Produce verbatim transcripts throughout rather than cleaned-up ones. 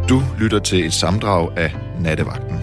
Du lytter til et sammendrag af Nattevagten.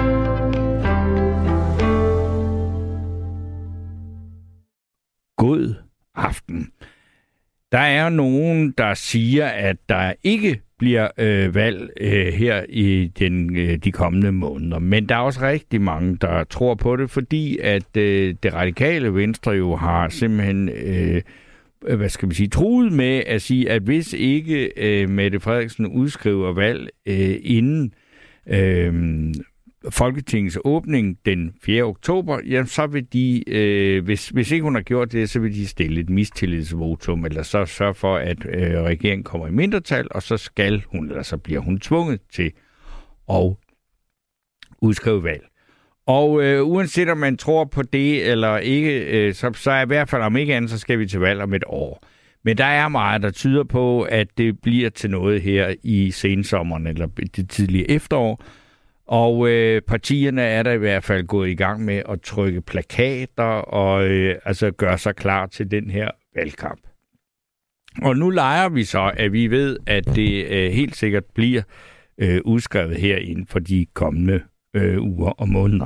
God aften. Der er nogen, der siger, at der ikke bliver øh, valg øh, her i den, øh, de kommende måneder. Men der er også rigtig mange, der tror på det, fordi at øh, det radikale Venstre jo har simpelthen øh, hvad skal man sige, truet med at sige, at hvis ikke øh, Mette Frederiksen udskriver valg øh, inden øh, Folketingets åbning den fjerde oktober, jamen så vil de, øh, hvis, hvis ikke hun har gjort det, så vil de stille et mistillidsvotum, eller så sørge for, at øh, regeringen kommer i mindretal, og så skal hun, eller så bliver hun tvunget til at udskrive valg. Og øh, uanset om man tror på det eller ikke, øh, så, så er i hvert fald om ikke andet, så skal vi til valg om et år. Men der er meget, der tyder på, at det bliver til noget her i sensommeren eller det tidlige efterår. Og øh, partierne er der i hvert fald gået i gang med at trykke plakater og øh, altså gøre sig klar til den her valgkamp. Og nu leger vi så, at vi ved, at det øh, helt sikkert bliver øh, udskrevet her inden for de kommende øh, uger og måneder.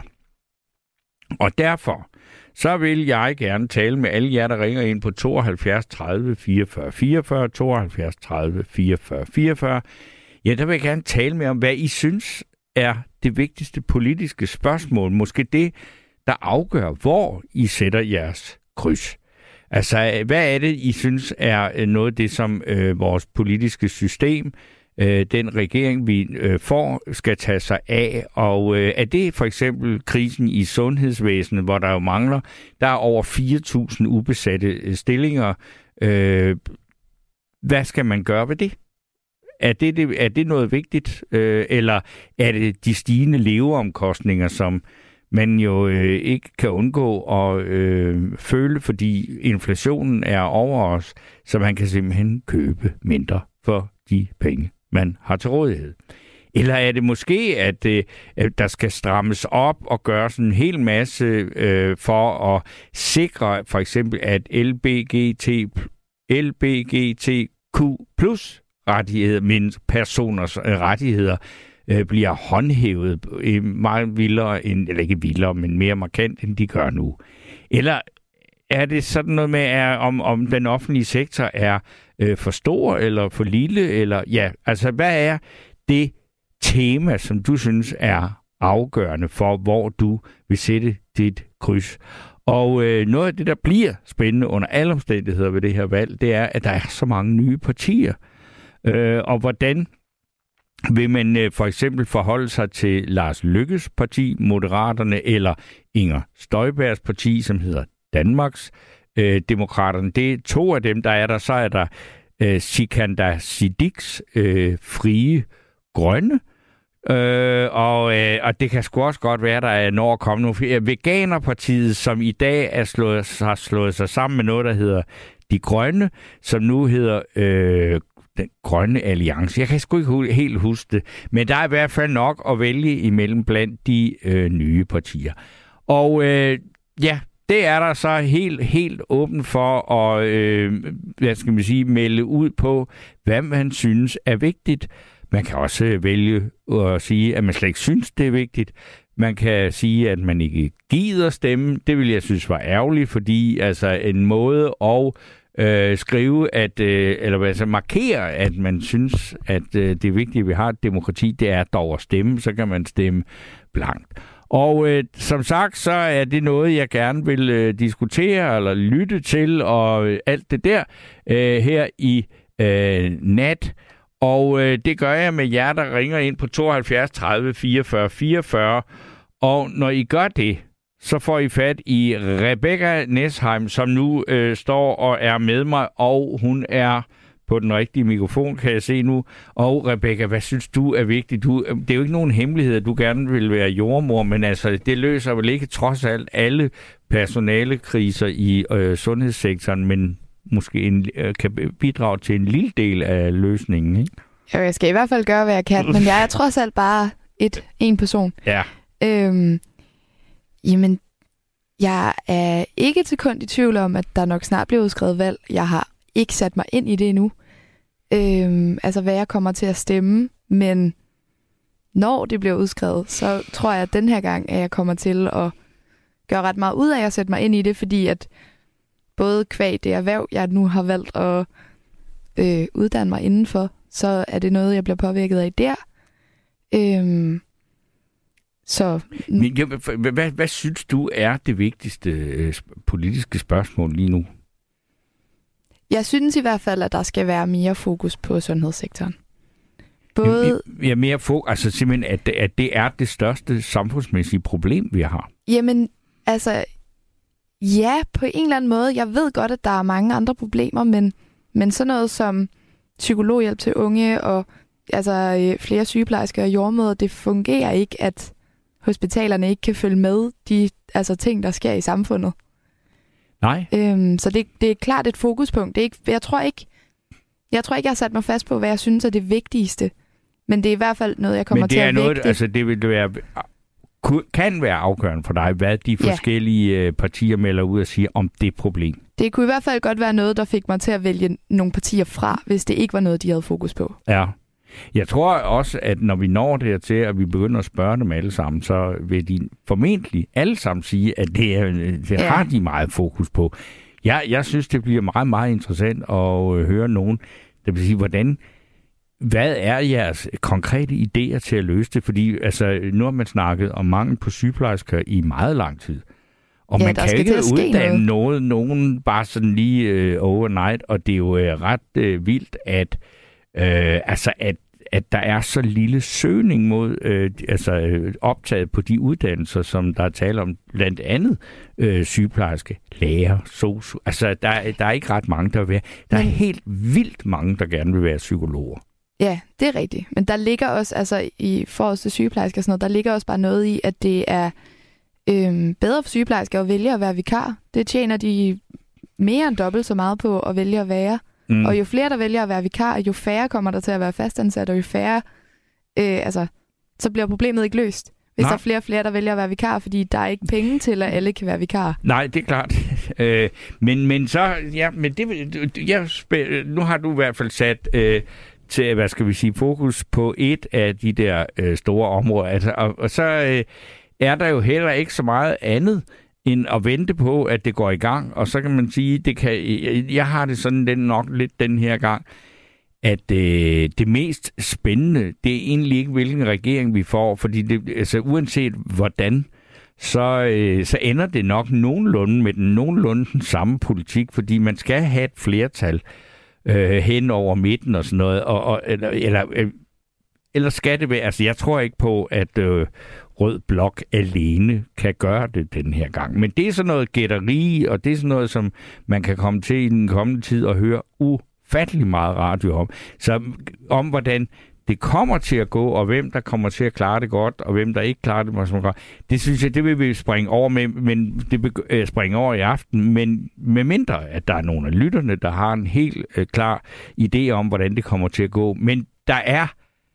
Og derfor så vil jeg gerne tale med alle jer, der ringer ind på tooghalvfjerds tredive fireogfyrre fireogfyrre, tooghalvfjerds tredive fireogfyrre fireogfyrre. Ja, der vil jeg gerne tale med om, hvad I synes er det vigtigste politiske spørgsmål. Måske det, der afgør, hvor I sætter jeres kryds. Altså, hvad er det, I synes er noget af det, som øh, vores politiske system, øh, den regering, vi øh, får, skal tage sig af? Og øh, er det for eksempel krisen i sundhedsvæsenet, hvor der jo mangler, der er over fire tusind ubesatte stillinger. Øh, hvad skal man gøre ved det? Er det, det, er det noget vigtigt, øh, eller er det de stigende leveomkostninger, som man jo øh, ikke kan undgå at øh, føle, fordi inflationen er over os, så man kan simpelthen købe mindre for de penge, man har til rådighed? Eller er det måske, at, øh, at der skal strammes op og gøre sådan en hel masse øh, for at sikre for eksempel, at L B G T Q plus rettigheder, men personers rettigheder øh, bliver håndhævet meget vildere, end, eller ikke vildere, men mere markant, end de gør nu? Eller er det sådan noget med, at, om, om den offentlige sektor er øh, for stor eller for lille? Eller, ja, altså hvad er det tema, som du synes er afgørende for, hvor du vil sætte dit kryds? Og øh, noget af det, der bliver spændende under alle omstændigheder ved det her valg, det er, at der er så mange nye partier. Øh, og hvordan vil man øh, for eksempel forholde sig til Lars Løkkes parti, Moderaterne, eller Inger Støjbergs parti, som hedder Danmarks øh, Demokraterne? Det er to af dem, der er der. Så er der øh, Sikandar Siddiques øh, Frie Grønne, øh, og, øh, og det kan sgu også godt være, der er når at komme nogle Veganerpartiet, som i dag er slået, har slået sig sammen med noget, der hedder De Grønne, som nu hedder øh, Den Grønne Alliance. Jeg kan sgu ikke helt huske det, men der er i hvert fald nok at vælge imellem blandt de øh, nye partier. Og øh, ja, det er der så helt, helt åben for at øh, hvad skal man sige, melde ud på, hvad man synes er vigtigt. Man kan også vælge at sige, at man slet ikke synes, det er vigtigt. Man kan sige, at man ikke gider stemme. Det vil jeg synes var ærgerligt, fordi altså en måde at øh, skrive, at, øh, eller altså markere, at man synes, at øh, det er vigtigt, at vi har et demokrati, det er dog at stemme, så kan man stemme blankt. Og øh, som sagt, så er det noget, jeg gerne vil øh, diskutere eller lytte til, og øh, alt det der øh, her i øh, nat. Og øh, det gør jeg med jer, der ringer ind på tooghalvfjerds tredive fireogfyrre fireogfyrre. Og når I gør det, så får I fat i Rebecca Nesheim, som nu øh, står og er med mig, og hun er på den rigtige mikrofon, kan jeg se nu. Og Rebecca, hvad synes du er vigtigt? Du, det er jo ikke nogen hemmelighed, at du gerne vil være jordmor, men altså, det løser vel ikke trods alt alle personalekriser i øh, sundhedssektoren, men måske en, øh, kan bidrage til en lille del af løsningen, ikke? Jo, jeg skal i hvert fald gøre, hvad jeg kan, men jeg er trods alt bare et, en person. Ja. Øhm, jamen, jeg er ikke til kun i tvivl om, at der nok snart bliver udskrevet valg. Jeg har ikke sat mig ind i det endnu. Øhm, altså, hvad jeg kommer til at stemme, men når det bliver udskrevet, så tror jeg, at den her gang, at jeg kommer til at gøre ret meget ud af at sætte mig ind i det, fordi at både kvæg det erhverv, jeg nu har valgt at øh, uddanne mig indenfor, så er det noget, jeg bliver påvirket af der. Øhm, så... Men, ja, hvad, hvad, hvad synes du er det vigtigste øh, politiske spørgsmål lige nu? Jeg synes i hvert fald, at der skal være mere fokus på sundhedssektoren. Både... Ja, mere fokus, altså simpelthen, at det, at det er det største samfundsmæssige problem, vi har. Jamen, altså, ja, på en eller anden måde. Jeg ved godt, at der er mange andre problemer, men, men sådan noget som psykologhjælp til unge og altså, flere sygeplejersker og jordemødre, det fungerer ikke, at hospitalerne ikke kan følge med de altså, ting, der sker i samfundet. Nej. Øhm, så det, det er klart et fokuspunkt. Det er ikke, jeg tror ikke, jeg tror ikke, jeg har sat mig fast på, hvad jeg synes er det vigtigste. Men det er i hvert fald noget, jeg kommer til at vægte. Men det er noget, altså det vil være, kan være afgørende for dig, hvad de forskellige ja. partier melder ud og siger om det problem. Det kunne i hvert fald godt være noget, der fik mig til at vælge nogle partier fra, hvis det ikke var noget, de havde fokus på. Ja. Jeg tror også, at når vi når dertil, at vi begynder at spørge dem alle sammen, så vil de formentlig alle sammen sige, at det, er, det ja. har de meget fokus på. Jeg, jeg synes, det bliver meget, meget interessant at høre nogen, der vil sige, hvordan, hvad er jeres konkrete idéer til at løse det? Fordi altså, nu har man snakket om mangel på sygeplejersker i meget lang tid. Og ja, man kan ikke uddanne noget, nogen bare sådan lige uh, overnight, og det er jo uh, ret uh, vildt, at, uh, altså, at, at der er så lille søgning mod uh, altså, uh, optaget på de uddannelser, som der er tale om, blandt andet uh, sygeplejerske, læger, sosu. Altså, der, der er ikke ret mange, der vil være. Der er Men... helt vildt mange, der gerne vil være psykologer. Ja, det er rigtigt. Men der ligger også, altså i forhold til sygeplejersker og sådan noget, der ligger også bare noget i, at det er øhm, bedre for sygeplejersker at vælge at være vikar. Det tjener de mere end dobbelt så meget på at vælge at være. Mm. Og jo flere, der vælger at være vikar, jo færre kommer der til at være fastansat, og jo færre, øh, altså, så bliver problemet ikke løst. Hvis Nej. der er flere og flere, der vælger at være vikar, fordi der er ikke penge til, at alle kan være vikar. Nej, det er klart. øh, men, men så, ja, men det, jeg, nu har du i hvert fald sat... Øh, til, hvad skal vi sige, fokus på et af de der øh, store områder. Altså, og, og så øh, er der jo heller ikke så meget andet, end at vente på, at det går i gang. Og så kan man sige, det kan, jeg har det sådan den nok lidt den her gang, at øh, det mest spændende, det er egentlig ikke, hvilken regering vi får, fordi det, altså, uanset hvordan, så, øh, så ender det nok nogenlunde med den nogenlunde den samme politik, fordi man skal have et flertal Øh, hen over midten og sådan noget, og, og, eller, eller, eller skal det være, altså jeg tror ikke på, at øh, Rød Blok alene kan gøre det den her gang, men det er sådan noget gætteri, og det er sådan noget, som man kan komme til i den kommende tid og høre ufattelig meget radio om, så om hvordan det kommer til at gå, og hvem der kommer til at klare det godt, og hvem der ikke klarer det godt. Det synes jeg, det vil vi springe over med, men det vil springe over i aften, men med mindre, at der er nogle af lytterne, der har en helt øh, klar idé om, hvordan det kommer til at gå. Men der er,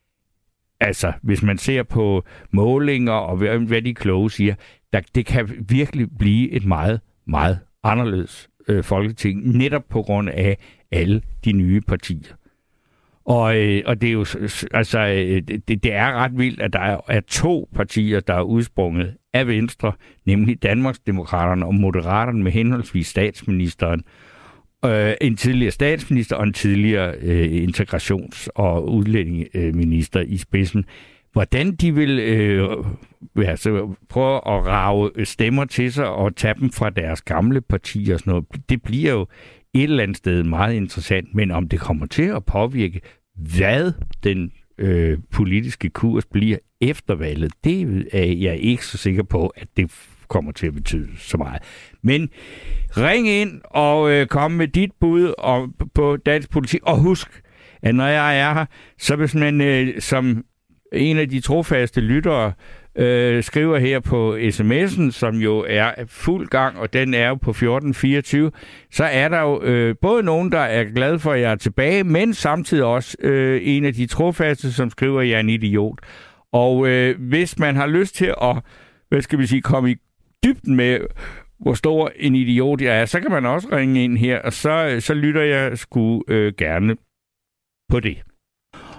altså, hvis man ser på målinger, og hvad de kloge siger, der, det kan virkelig blive et meget, meget anderledes øh, folketing, netop på grund af alle de nye partier. Og, og det er jo altså det, det er ret vildt, at der er, er to partier, der er udsprunget af Venstre, nemlig Danmarksdemokraterne og Moderaterne med henholdsvis statsministeren, øh, en tidligere statsminister og en tidligere øh, integrations- og udlændingeminister i spidsen. Hvordan de vil øh, altså, prøve at rage stemmer til sig og tage dem fra deres gamle partier og sådan noget, det bliver jo et eller andet sted meget interessant, men om det kommer til at påvirke, hvad den øh, politiske kurs bliver efter valget, det er jeg ikke så sikker på, at det kommer til at betyde så meget. Men ring ind og øh, kom med dit bud om, på dansk politik, og husk, at når jeg er her, så hvis man øh, som en af de trofaste lyttere øh, skriver her på sms'en, som jo er fuld gang, og den er jo på fjorten fireogtyve, så er der jo øh, både nogen, der er glade for, at jeg er tilbage, men samtidig også øh, en af de trofaste, som skriver, at jeg er en idiot. Og øh, hvis man har lyst til at, hvad skal vi sige, komme i dybden med, hvor stor en idiot jeg er, så kan man også ringe ind her, og så, så lytter jeg sgu øh, gerne på det.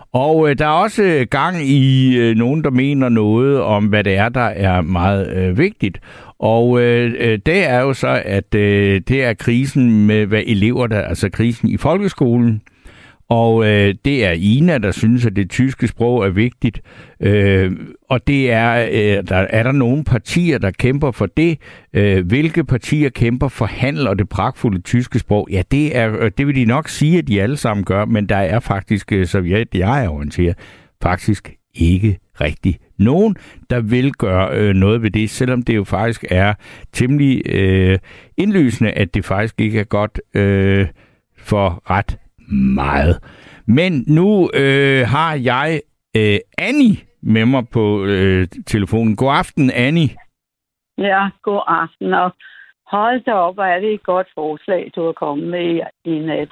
Og øh, der er også gang i øh, nogen, der mener noget om, hvad det er, der er meget øh, vigtigt. Og øh, det er jo så, at øh, det er krisen med hvad elever, der, altså krisen i folkeskolen. Og øh, det er Ina, der synes, at det tyske sprog er vigtigt. Øh, og det er, øh, der er der nogle partier, der kæmper for det. Øh, hvilke partier kæmper for handel og det pragtfulde tyske sprog? Ja, det, er, det vil de nok sige, at de alle sammen gør, men der er faktisk, så vidt jeg er orienteret, faktisk ikke rigtig nogen, der vil gøre øh, noget ved det, selvom det jo faktisk er temmelig øh, indlysende, at det faktisk ikke er godt øh, for ret meget. Men nu øh, har jeg øh, Annie med mig på øh, telefonen. God aften, Annie. Ja, god aften. Og hold da op, hvor er det et godt forslag, du har kommet med i nat.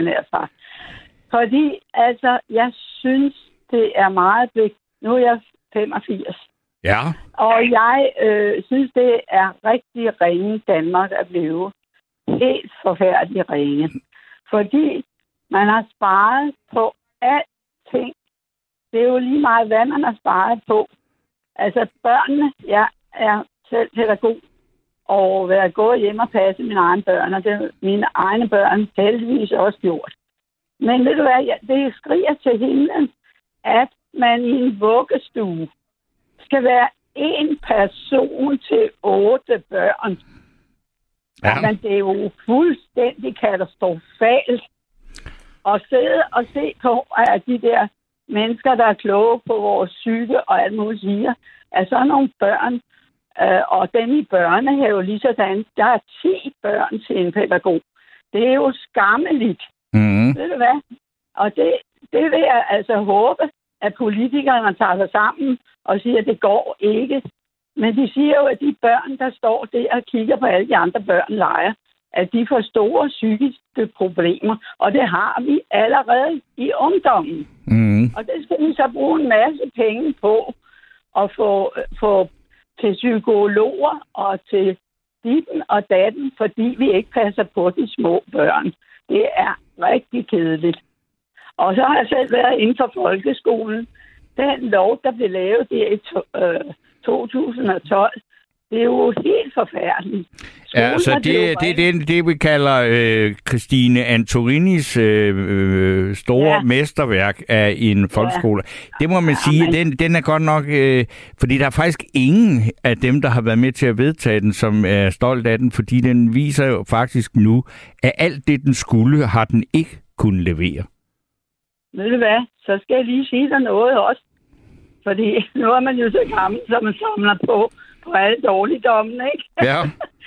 Fordi, altså, jeg synes, det er meget vigtigt. Nu er jeg femogfirs. Ja. Og jeg øh, synes, det er rigtig ringe Danmark at blive. Helt forfærdeligt ringe. Fordi man har sparet på alting. Det er jo lige meget, hvad man har sparet på. Altså børnene, jeg er selv pædagog og været gået hjem og passe mine egne børn, og det er mine egne børn heldigvis også gjort. Men ved du hvad, det skriger til himlen, at man i en vuggestue skal være en person til otte børn. Ja. Men det er jo fuldstændig katastrofalt at sidde og se på, at de der mennesker, der er kloge på vores psyke og alt muligt siger, at sådan nogle børn, øh, og dem i børnehave lige sådan, der er ti børn til en pædagog. Det er jo skammeligt. Mm. Ved du hvad? Og det, det vil jeg altså håbe, at politikerne tager sig sammen og siger, at det går ikke. Men de siger jo, at de børn, der står der og kigger på alle de andre børn leger, at de får store psykiske problemer. Og det har vi allerede i ungdommen. Mm. Og det skal vi så bruge en masse penge på at få, få til psykologer og til ditten og datten, fordi vi ikke passer på de små børn. Det er rigtig kedeligt. Og så har jeg selv været inden for folkeskolen. Den lov, der blev lavet der i to, øh, to tusind og tolv, det er jo helt forfærdeligt. Ja, altså det, det er det, det, vi kalder øh, Christine Antorinis øh, øh, store ja. mesterværk af en folkeskole. Ja. Det må man ja, sige, men... den, den er godt nok... Øh, fordi der er faktisk ingen af dem, der har været med til at vedtage den, som er stolt af den, fordi den viser jo faktisk nu, at alt det, den skulle, har den ikke kunnet levere. Ved du hvad? Så skal jeg lige sige dig noget også. Fordi nu er man jo så gammel, så man samler på, på alle dårligdommene, ikke? Ja.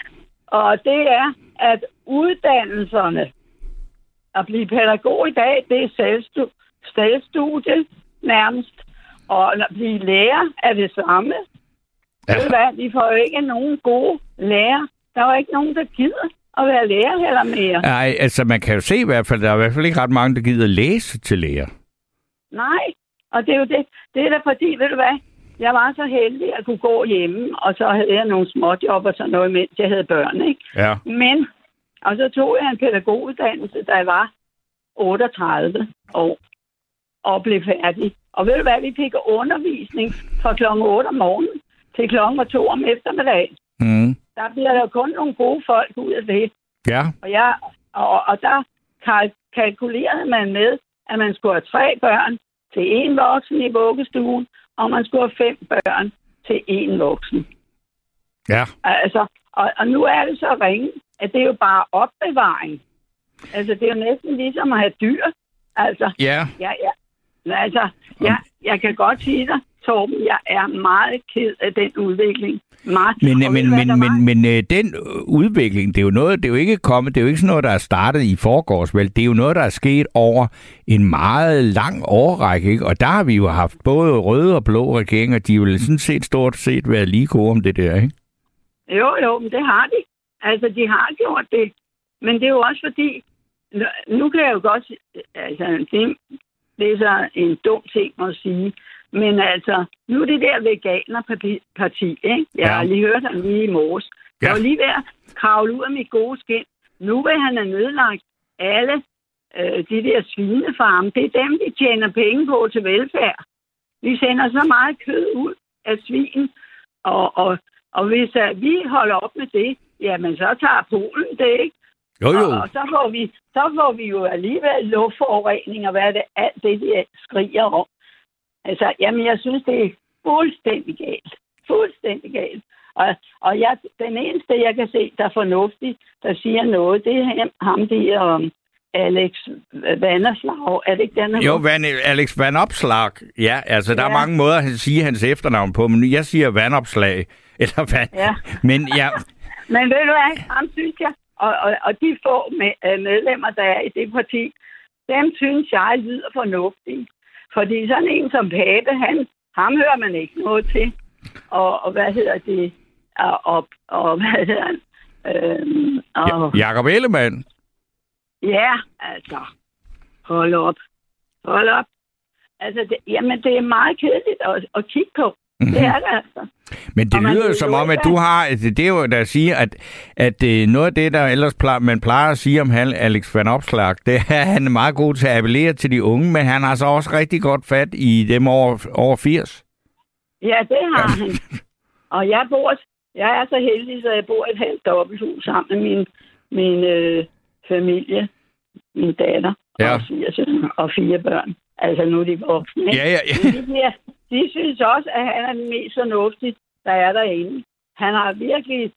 Og det er, at uddannelserne at blive pædagog i dag, det er selvstu- selvstudie nærmest. Og at blive lærer er det samme. Ja. Ved du hvad? Vi får jo ikke nogen gode lærer. Der er jo ikke nogen, der gider at være lærer heller mere. Nej, altså man kan jo se i hvert fald, der er i hvert fald ikke ret mange, der gider læse til lærer. Nej, og det er jo det. Det er da fordi, ved du hvad, jeg var så heldig at kunne gå hjemme, og så havde jeg nogle småjob og sådan noget, mens jeg havde børn, ikke? Ja. Men, og så tog jeg en pædagoguddannelse, da jeg var otteogtredive år, og blev færdig. Og ved du hvad, vi fik undervisning fra klokken otte om morgenen til klokken to om eftermiddagen. Mm. Der bliver der kun nogle gode folk ud af det. Ja. Og, jeg, og, og der kalk- kalkulerede man med, at man skulle have tre børn til en voksen i vuggestuen, og man skulle have fem børn til en voksen. Ja. Altså, og, og nu er det så ringe, at det er jo bare opbevaring. Altså, det er jo næsten ligesom at have dyr. Altså, ja. Ja, ja. Altså, ja, jeg kan godt sige dig, Torben, jeg er meget ked af den udvikling. Meget. Men, men, men, men, men, men øh, den udvikling, det er jo noget, det er jo ikke kommet, det er jo ikke sådan noget, der er startet i forgårs, vel? Det er jo noget, der er sket over en meget lang årrække, ikke? Og der har vi jo haft både røde og blå regeringer, de er jo sådan set stort set været lige gode om det der, ikke? Jo, jo, men det har de. Altså, de har gjort det. Men det er jo også fordi, nu kan jeg jo godt, altså, det, det er så en dum ting at sige, men altså, nu er det der veganerparti, ikke? Jeg har ja. lige hørt ham lige i morges. Ja. Jeg var lige ved at kravle ud af mit gode skin. Nu vil han have nedlagt alle øh, de der svinefarme, det er dem, vi tjener penge på til velfærd. Vi sender så meget kød ud af svin, og, og, og hvis uh, vi holder op med det, jamen så tager Polen det, ikke? Jo, jo. Og, og så, får vi, så får vi jo alligevel luftforurening, og hvad er det, alt det, de skriger om. Altså, jamen jeg synes, det er fuldstændig galt. Fuldstændig galt. Og, og jeg, den eneste, jeg kan se, der er fornuftigt, der siger noget, det er ham der um, Alex Vanopslagh. Er det ikke den? Jo, Van, Alex Vanopslagh. Ja, altså der ja. er mange måder at sige hans efternavn på, men jeg siger Vanopslagh. Eller Van. Ja. Men, ja. men ved du hvad, ham synes jeg, og, og, og de få med, medlemmer, der er i det parti, dem synes jeg lyder fornuftige. Fordi sådan en som Pape, han, ham hører man ikke noget til. Og, og hvad hedder det? Og, og, og hvad hedder han? Øhm, og, ja, Jakob Ellemann. Ja, altså. Hold op. Hold op. Altså, det, jamen, det er meget kedeligt at, at kigge på. Mm-hmm. Det er det altså. Men det lyder jo som om, at du har... Det er jo, der siger, at, at noget af det, der ellers plejer, man plejer at sige om Alex Vanopslagh, det er, at han er meget god til at appellere til de unge, men han har så også rigtig godt fat i dem over, over firs. Ja, det har han. Og jeg bor... Jeg er så heldig, så jeg bor i et halvt dobbelthus sammen med min, min øh, familie, min datter ja. og, fire sønner, og fire børn. Altså nu er de voksne. Ja, ja, ja. De, de, de synes også, at han er den mest fornuftige, der er derinde. Han har virkelig...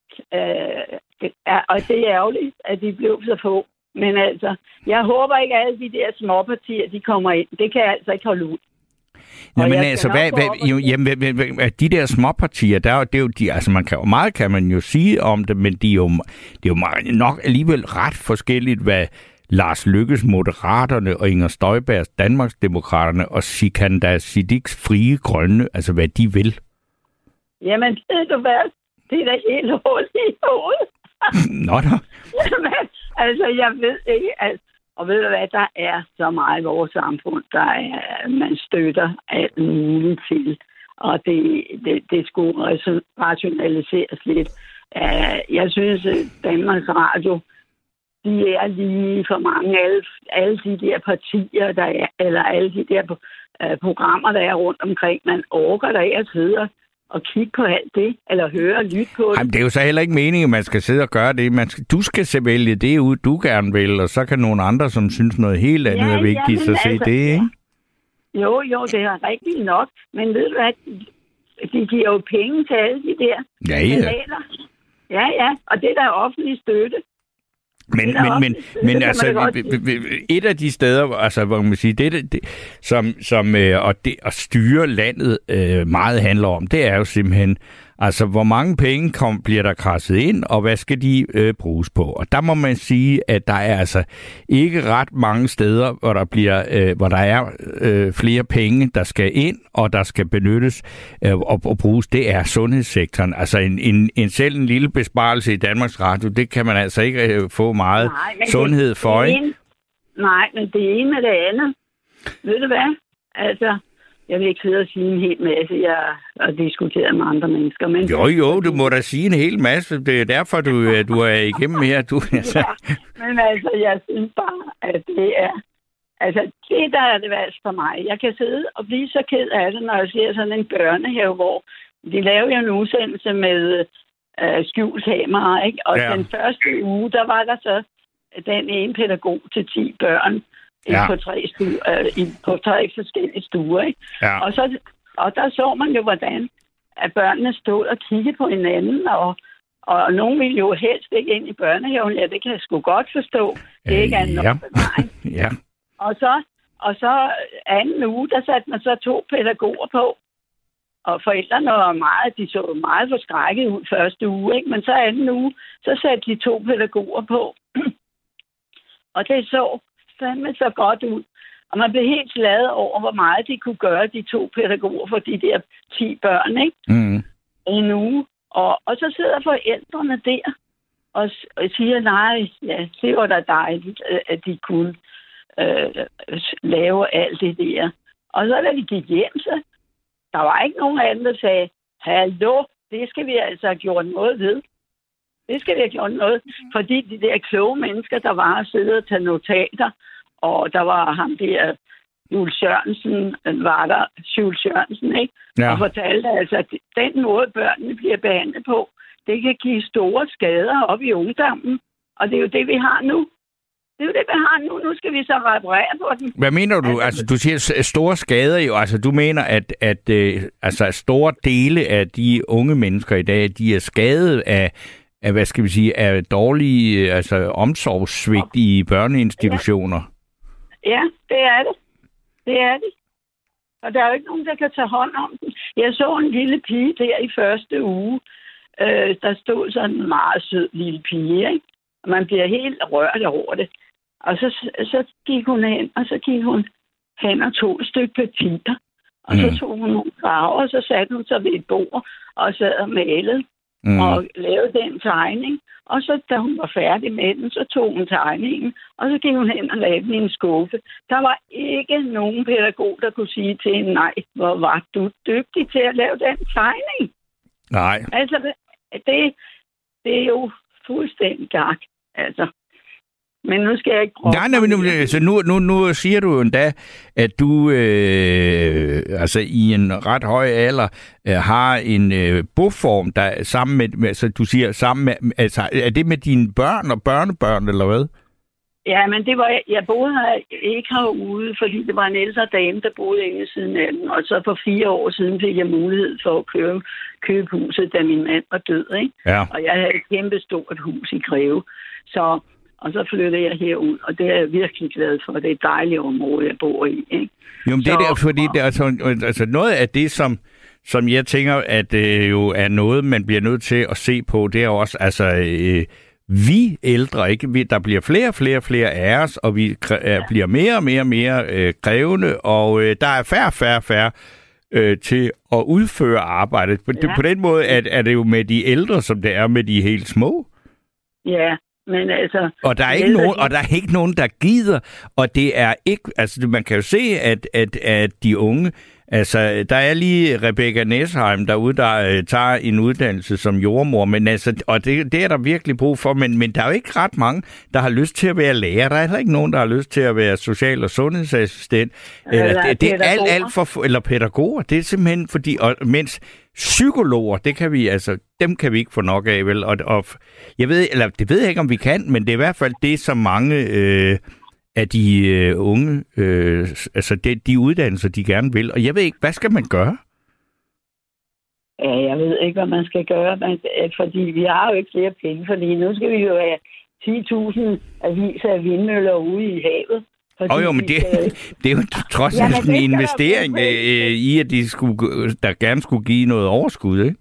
Øh, og det er ærgerligt, at de blev så få. Men altså, jeg håber ikke, at alle de der småpartier, de kommer ind. Det kan jeg altså ikke holde ud. Nej, men altså, hvad, hvad, jo, jamen, hvad, hvad, de der småpartier, der, det er jo de, altså man kan jo meget kan man jo sige om det, men de er jo, det er jo meget, nok alligevel ret forskelligt, hvad Lars Løkkes Moderaterne og Inger Støjbergs Danmarksdemokraterne og Sikandar Siddiques Frie Grønne, altså hvad de vil. Jamen, det er hvad? Det er da helt hul i hovedet. Nå da. Jamen, altså, jeg ved ikke, altså, og ved du hvad, der er så meget i vores samfund, der er, man støtter alt muligt til, og det, det, det skulle rationaliseres lidt. Jeg synes, at Danmarks Radio, de er lige for mange, alle, alle de der partier, der er, eller alle de der uh, programmer, der er rundt omkring, man orker der af at sidde og kigge på alt det, eller høre og lytte på det. Jamen, det er jo så heller ikke meningen, at man skal sidde og gøre det. Man skal, du skal se vælge det ud, du gerne vil, og så kan nogle andre, som synes noget helt andet ja, er vigtigt, så se altså, det, ikke? Jo, jo, det er rigtigt nok. Men ved du hvad, de giver jo penge til alle de der ja, ja. kanaler. Ja, ja, og det der er offentlig støtte. Men, men, men, men altså, et af de steder, altså, hvor man siger, det, det som, som øh, og det, at styre landet øh, meget handler om, det er jo simpelthen, altså, hvor mange penge kom, bliver der krasset ind, og hvad skal de øh, bruges på? Og der må man sige, at der er altså ikke ret mange steder, hvor der bliver, øh, hvor der er øh, flere penge, der skal ind, og der skal benyttes øh, og, og bruges. Det er sundhedssektoren. Altså, en, en, en selv en lille besparelse i Danmarks Radio, det kan man altså ikke øh, få meget nej, sundhed det, for, ikke? Nej, men det ene med det andet. Ved du hvad? Altså... Jeg vil ikke sidde og sige en hel masse, jeg har diskuteret med andre mennesker. Men jo, jo, du må da sige en hel masse. Det er derfor, du, du er igennem her. Du, altså. Ja, men altså, jeg synes bare, at det er... Altså, det der er det værste for mig. Jeg kan sidde og blive så ked af det, når jeg ser sådan en børnehave, hvor de laver jo en udsendelse med øh, skjulshamere, ikke? Og ja. Den første uge, der var der så den ene pædagog til ti børn, Ja. På, tre stuer, øh, på tre forskellige stuer. Ikke? Ja. Og, så, og der så man jo, hvordan at børnene stod og kiggede på hinanden, og, og nogen ville jo helst ikke ind i børnehaven. Ja, det kan jeg sgu godt forstå. Det er ikke andet ja. ja. Og så, og så anden uge, der satte man så to pædagoger på. Og forældrene var meget, de så meget forskrækket ud første uge, ikke? Men så anden uge, så satte de to pædagoger på. Og det så fandme så godt ud. Og man blev helt glad over, hvor meget de kunne gøre, de to pædagoger, for de der ti børn, ikke? Mm. En uge. Og, og så sidder forældrene der og, og siger, nej, ja, det var da dejligt, at de kunne øh, lave alt det der. Og så da de gik hjem, så der var ikke nogen af dem, der sagde, hallo, det skal vi altså have gjort noget ved. Det skal vi have gjort noget. Fordi de der kloge mennesker, der var at sidde og tage notater, og der var ham der, Jules Sørensen, var der, Jules Sørensen, ikke? Ja. Og fortalte altså, at den måde, børnene bliver behandlet på, det kan give store skader op i ungdommen. Og det er jo det, vi har nu. Det er jo det, vi har nu. Nu skal vi så reparere på den. Hvad mener du? Altså, altså du siger store skader jo. Altså, du mener, at, at øh, altså, store dele af de unge mennesker i dag, de er skadet af, af hvad skal vi sige, af dårlige altså, omsorgssvigt i børneinstitutioner? Ja. ja, det er det. Det er det. Og der er jo ikke nogen, der kan tage hånd om den. Jeg så en lille pige der i første uge. Øh, der stod sådan en meget sød lille pige, ikke? Og man bliver helt rørt over det. Og så, så gik hun hen, og så gik hun hen og tog et stykke papir. Og mm. så tog hun nogle farver, og så satte hun sig ved et bord og sad og malede mm. og lavede den tegning. Og så, da hun var færdig med den, så tog hun tegningen, og så gik hun hen og lagde den i en skuffe. Der var ikke nogen pædagog, der kunne sige til hende, nej, hvor var du dygtig til at lave den tegning. Nej. Altså, det, det er jo fuldstændig gak. Altså. Men nu skal jeg ikke prøve... Nej, nej, men nu, altså nu, nu, nu siger du jo endda, at du øh, altså i en ret høj alder øh, har en øh, boform, der sammen med, altså du siger sammen med, altså er det med dine børn og børnebørn, eller hvad? Ja, men det var, jeg boede her, ikke herude, fordi det var en ældre dame, der boede inde siden af den, og så for fire år siden fik jeg mulighed for at købe, købe huset, da min mand var død, ikke? Ja. Og jeg havde et kæmpe stort hus i Greve, så... Og så flyttede jeg herud, og det er jeg virkelig glad for. Det er et dejligt område, jeg bor i. Ikke? Jo, men det er der, fordi det er altså, altså noget af det, som, som jeg tænker, at det øh, jo er noget, man bliver nødt til at se på, det er også, altså, øh, vi ældre, ikke? Vi, der bliver flere og flere flere af os, og vi kræ- ja. bliver mere og mere og mere øh, krævende, og øh, der er færre og færre færre øh, til at udføre arbejdet. På, ja. på den måde er, er det jo med de ældre, som det er med de helt små. Ja. Men altså, og der er ikke nogen, og der er ikke nogen, der gider, og det er ikke, altså man kan jo se, at, at, at de unge, altså der er lige Rebecca Nesheim derude, der uh, tager en uddannelse som jordmor, men altså, og det, det er der virkelig brug for, men, men der er jo ikke ret mange, der har lyst til at være lærer, der er heller ikke nogen, der har lyst til at være social- og sundhedsassistent, eller, eller det, det er alt, alt for, eller pædagoger, det er simpelthen fordi, og, mens psykologer, det kan vi, altså, dem kan vi ikke få nok af, vel? Og, og jeg ved, eller det ved jeg ikke, om vi kan, men det er i hvert fald det, som mange øh, af de øh, unge, øh, altså det, de uddannelser, de gerne vil. Og jeg ved ikke, hvad skal man gøre? Ja, jeg ved ikke, hvad man skal gøre, men, fordi vi har jo ikke flere penge, fordi nu skal vi jo have ti tusind aviser af vindmøller ude i havet. Åh oh, jo, men det, det er jo trods alt ja, en investering øh, i, at de skulle, der gerne skulle give noget overskud, ikke?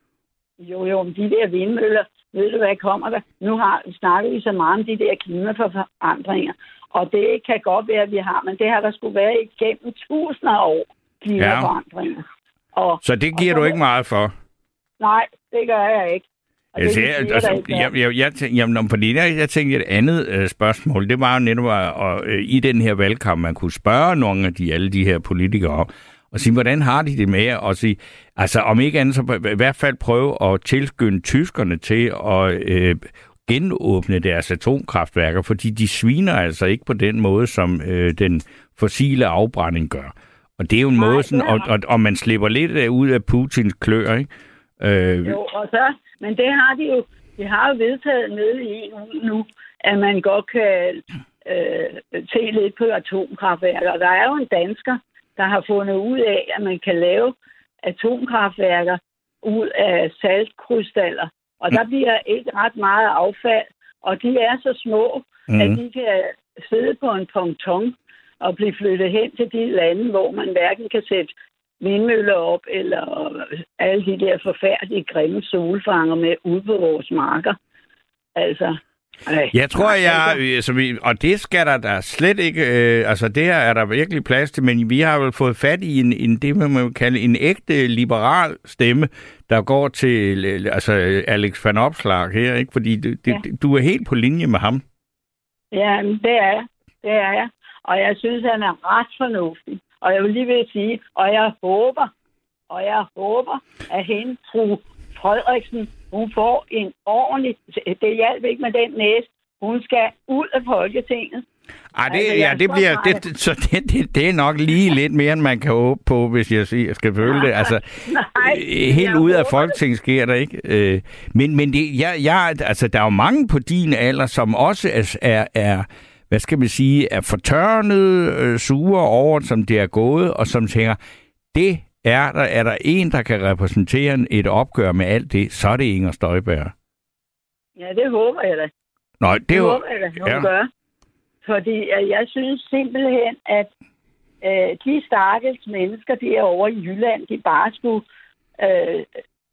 Jo, jo, men de der vindmøller, ved du hvad kommer der? Nu har snakket vi så meget om de der klimaforandringer, og det kan godt være, at vi har, men det har der skulle være igennem tusinder af år, klimaforandringer. Ja. Og, så det giver og, du ikke meget for? Nej, det gør jeg ikke. Altså, jeg, altså, jeg, jeg, jeg, tænkte, jamen, fordi jeg, jeg tænkte et andet øh, spørgsmål, det var jo netop at, øh, i den her valgkamp, man kunne spørge nogle af de, alle de her politikere om, og sige, hvordan har de det med at sige, altså om ikke andet, så i hvert fald prøve at tilskynde tyskerne til at øh, genåbne deres atomkraftværker, fordi de sviner altså ikke på den måde, som øh, den fossile afbrænding gør. Og det er jo en Nej, måde, sådan, og, og, og man slipper lidt ud af Putins klør, ikke? Øh, jo, og så, men det har de jo, de har jo vedtaget nede i E U nu, at man godt kan øh, se lidt på atomkraftværker. Og der er jo en dansker, der har fundet ud af, at man kan lave atomkraftværker ud af saltkrystaller. Og der bliver ikke ret meget affald, og de er så små, mm. at de kan sidde på en ponton og blive flyttet hen til de lande, hvor man hverken kan sætte vindmøller op, eller alle de der forfærdelige grimme solfanger med ude på vores marker. Altså... Ej, jeg tror, jeg, altså, vi, og det skal der da slet ikke, øh, altså det her er der virkelig plads til, men vi har vel fået fat i en, en det, man må kalde en ægte liberal stemme, der går til altså Alex van Opslark her, ikke? Fordi det, ja. det, du er helt på linje med ham. Ja, det er jeg. Det er jeg. Og jeg synes, han er ret fornuftig. Og jeg vil lige vil sige, og jeg håber, og jeg håber, at hende, fru Frederiksen, hun får en ordentlig... Det hjælper ikke med den næse. Hun skal ud af Folketinget. Ej, det, altså, ja, det bliver... Det, så det, det, det er nok lige lidt mere, end man kan håbe på, hvis jeg skal føle det. Altså, nej, helt ude af Folketinget sker der ikke. Øh, men men det, jeg, jeg, altså, der er jo mange på din alder, som også er... er, er hvad skal man sige, er fortørnet, øh, sure over, som det er gået, og som tænker, det er der, er der en, der kan repræsentere et opgør med alt det, så er det Inger Støjberg. Ja, det håber jeg da. Nå, det, det jo... håber jeg da, hun ja. gør. Fordi øh, jeg synes simpelthen, at øh, de stakkels mennesker derovre i Jylland, de bare skulle... Øh,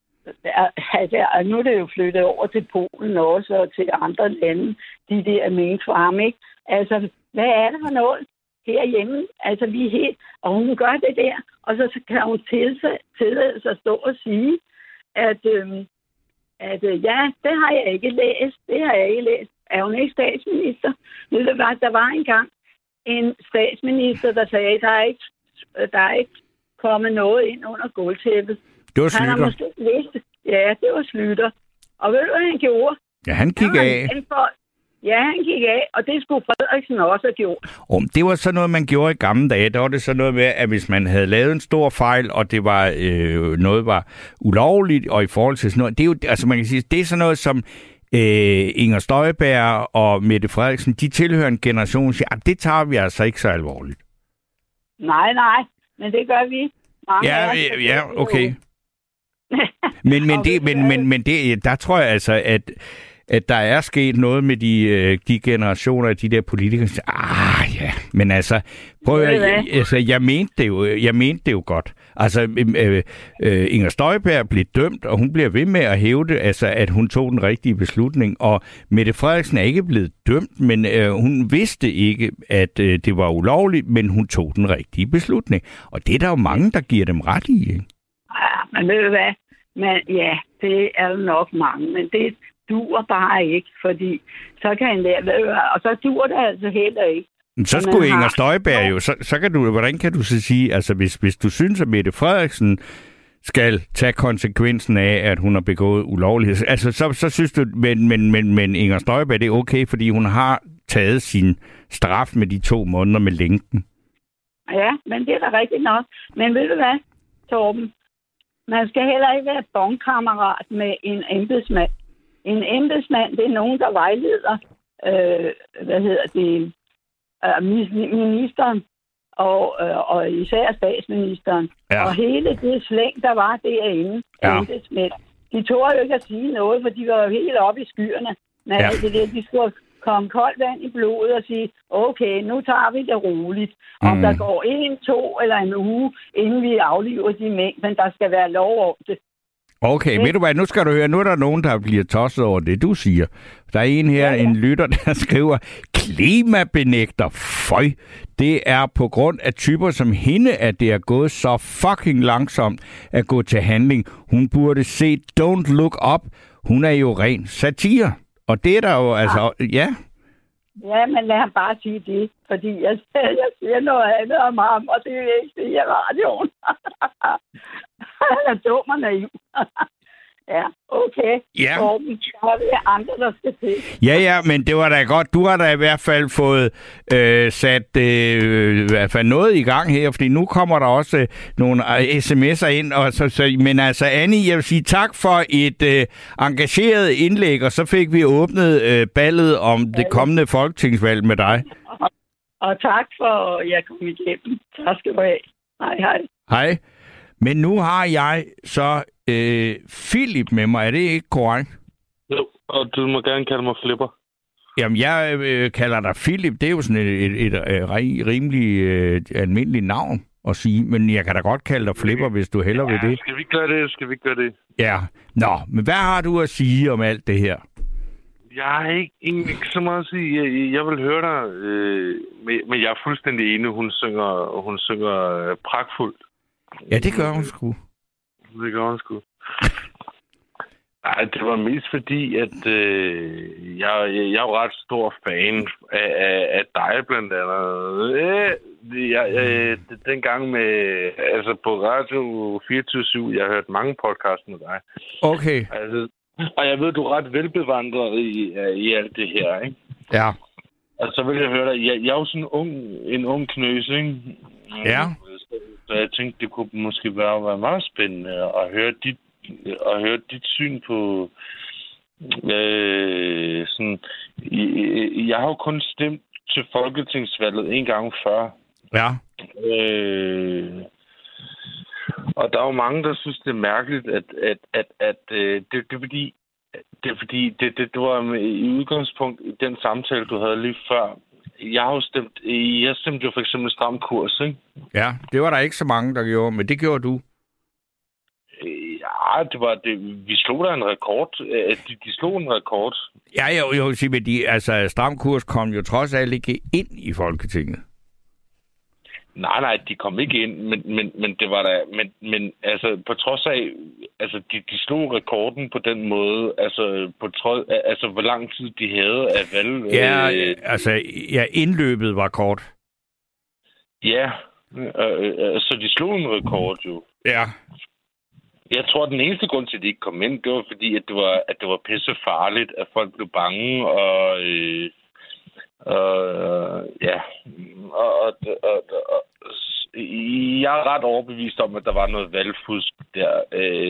altså, nu er det jo flyttet over til Polen også, og til andre lande, de der minkfarme, ikke? Altså, hvad er det for noget herhjemme? Altså, vi er helt... Og hun gør det der, og så kan hun tillade sig at stå og sige, at, øhm, at øh, ja, det har jeg ikke læst, det har jeg ikke læst. Er hun ikke statsminister? Ved du hvad, der var engang en statsminister, der sagde, at der er ikke, der er ikke kommet noget ind under gulvtæppet. Det var Schlüter. Han har måske læst det. Ja, det var Schlüter. Og ved du, hvad han gjorde? Ja, han gik af. Ja, han gik af, og det skulle Frederiksen også have gjort. Oh, det var så noget, man gjorde i gamle dage. Der var det så noget med, at hvis man havde lavet en stor fejl, og det var øh, noget var ulovligt, og i forhold til sådan noget, det er jo, altså man kan sige, det er sådan noget som øh, Inger Støjberg og Mette Frederiksen, de tilhører en generation, der siger, at det tager vi altså ikke så alvorligt. Nej, nej, men det gør vi. Mange ja, ja, ja, okay. men, men, det, men, men, men det, der tror jeg altså, at at der er sket noget med de, de generationer af de der politikere. Ah, ja. Men altså, prøv at, altså, jeg mente det jo, jeg mente det jo godt. Altså, øh, øh, Inger Støjberg blev dømt, og hun bliver ved med at hævde, altså, at hun tog den rigtige beslutning. Og Mette Frederiksen er ikke blevet dømt, men øh, hun vidste ikke, at øh, det var ulovligt, men hun tog den rigtige beslutning. Og det er der jo mange, der giver dem ret i, ikke? Ja, men ved du hvad? Men, ja, det er nok mange, men det duer bare ikke, fordi så kan en lære, og så duer det altså heller ikke. Så skulle Inger Støjberg jo, så, så kan du, hvordan kan du så sige, altså hvis, hvis du synes, at Mette Frederiksen skal tage konsekvensen af, at hun har begået ulovlighed, altså så, så synes du, men, men, men, men Inger Støjberg, det er okay, fordi hun har taget sin straf med de to måneder med lænken. Ja, men det er da rigtigt nok. Men ved du hvad, Torben? Man skal heller ikke være bonkammerat med en embedsmand. En embedsmand, det er nogen, der vejleder, øh, hvad hedder det, øh, ministeren, og, øh, og især statsministeren. Ja. Og hele det slæng, der var derinde, ja. Embedsmænd, de tog jo ikke at sige noget, for de var jo helt oppe i skyerne. Men ja. det, det, de skulle komme koldt vand i blodet og sige, okay, nu tager vi det roligt. Om mm. der går en, to eller en uge, inden vi afliver de mængder, men der skal være lov om det. Okay, ved du hvad, nu skal du høre, nu er der nogen, der bliver tosset over det, du siger. Der er en her, ja, ja. en lytter, der skriver, klimabenægter, føj, det er på grund af typer som hende, at det er gået så fucking langsomt at gå til handling. Hun burde se Don't Look Up, hun er jo ren satire. Og det er der jo, altså, ja. Ja, men lad ham bare sige det, fordi jeg, jeg siger noget andet om ham, og det er ikke det i radioen. Han er dum og naiv. Ja, okay. Ja. Torben, så har vi andre, der skal til. Ja, ja, men det var da godt. Du har da i hvert fald fået øh, sat øh, i hvert fald noget i gang her, fordi nu kommer der også øh, nogle sms'er ind. Og så, så, men altså, Annie, jeg vil sige tak for et øh, engageret indlæg, og så fik vi åbnet øh, ballet om det kommende folketingsvalg med dig. Og, og tak for, at jeg kom igennem. Tak skal du have. Hej, hej. Hej. Men nu har jeg så øh, Philip med mig. Er det ikke korrekt? Jo, og du må gerne kalde mig Flipper. Jamen, jeg øh, kalder dig Philip. Det er jo sådan et, et, et, et rimelig øh, almindeligt navn at sige. Men jeg kan da godt kalde dig Flipper, hvis du hellere ja, vil det. Skal vi gøre det? Skal vi gøre det? Ja. Nå, men hvad har du at sige om alt det her? Jeg har ikke, ikke så meget at sige. Jeg, jeg vil høre dig, øh, men jeg er fuldstændig enig. Hun synger, hun synger øh, pragtfuldt. Ja, det gør hun sgu. Det gør hun sgu. Nej, det var mest fordi, at øh, jeg, jeg, jeg er jo ret stor fan af, af, af dig, blandt andet. Øh, jeg, jeg, dengang med, altså på Radio fireogtyve syv, jeg har hørt mange podcasts med dig. Okay. Altså, og jeg ved, du er ret velbevandret i, i alt det her, ikke? Ja. Og så vil jeg høre dig, jeg, jeg er jo sådan en ung, en ung knøs, ikke? Ja. Så, så jeg tænkte, det kunne måske være, være meget spændende at høre dit og høre dit syn på øh, sådan, jeg, jeg har jo kun stemt til folketingsvalget en gang før. Ja. Øh, og der er jo mange, der synes, det er mærkeligt, at, at, at, at øh, det, det er fordi, det, er fordi det, det, det var i udgangspunkt i den samtale, du havde lige før. Jeg har jo stemt, jeg stemte jo for eksempel Stram Kurs, ikke? Ja, det var der ikke så mange, der gjorde, men det gjorde du. Ja, det var det. Vi slog der en rekord. De, de slog en rekord. Ja, jeg, jeg vil sige, men de, altså, Stram Kurs kom jo trods alt ikke ind i Folketinget. Nej, nej, de kom ikke ind, men, men, men det var der. Men, men altså, på trods af, altså, de, de slog rekorden på den måde, altså, på trods, altså, hvor lang tid de havde af valg. Ja, øh, altså, ja, indløbet var kort. Ja, øh, øh, så de slog en rekord jo. Ja. Jeg tror, at den eneste grund til, at de ikke kom ind, det var fordi, at det var, at det var pisse farligt, at folk blev bange, og, øh, og ja, og, og, og, og jeg er ret overbevist om, at der var noget valgfusk der.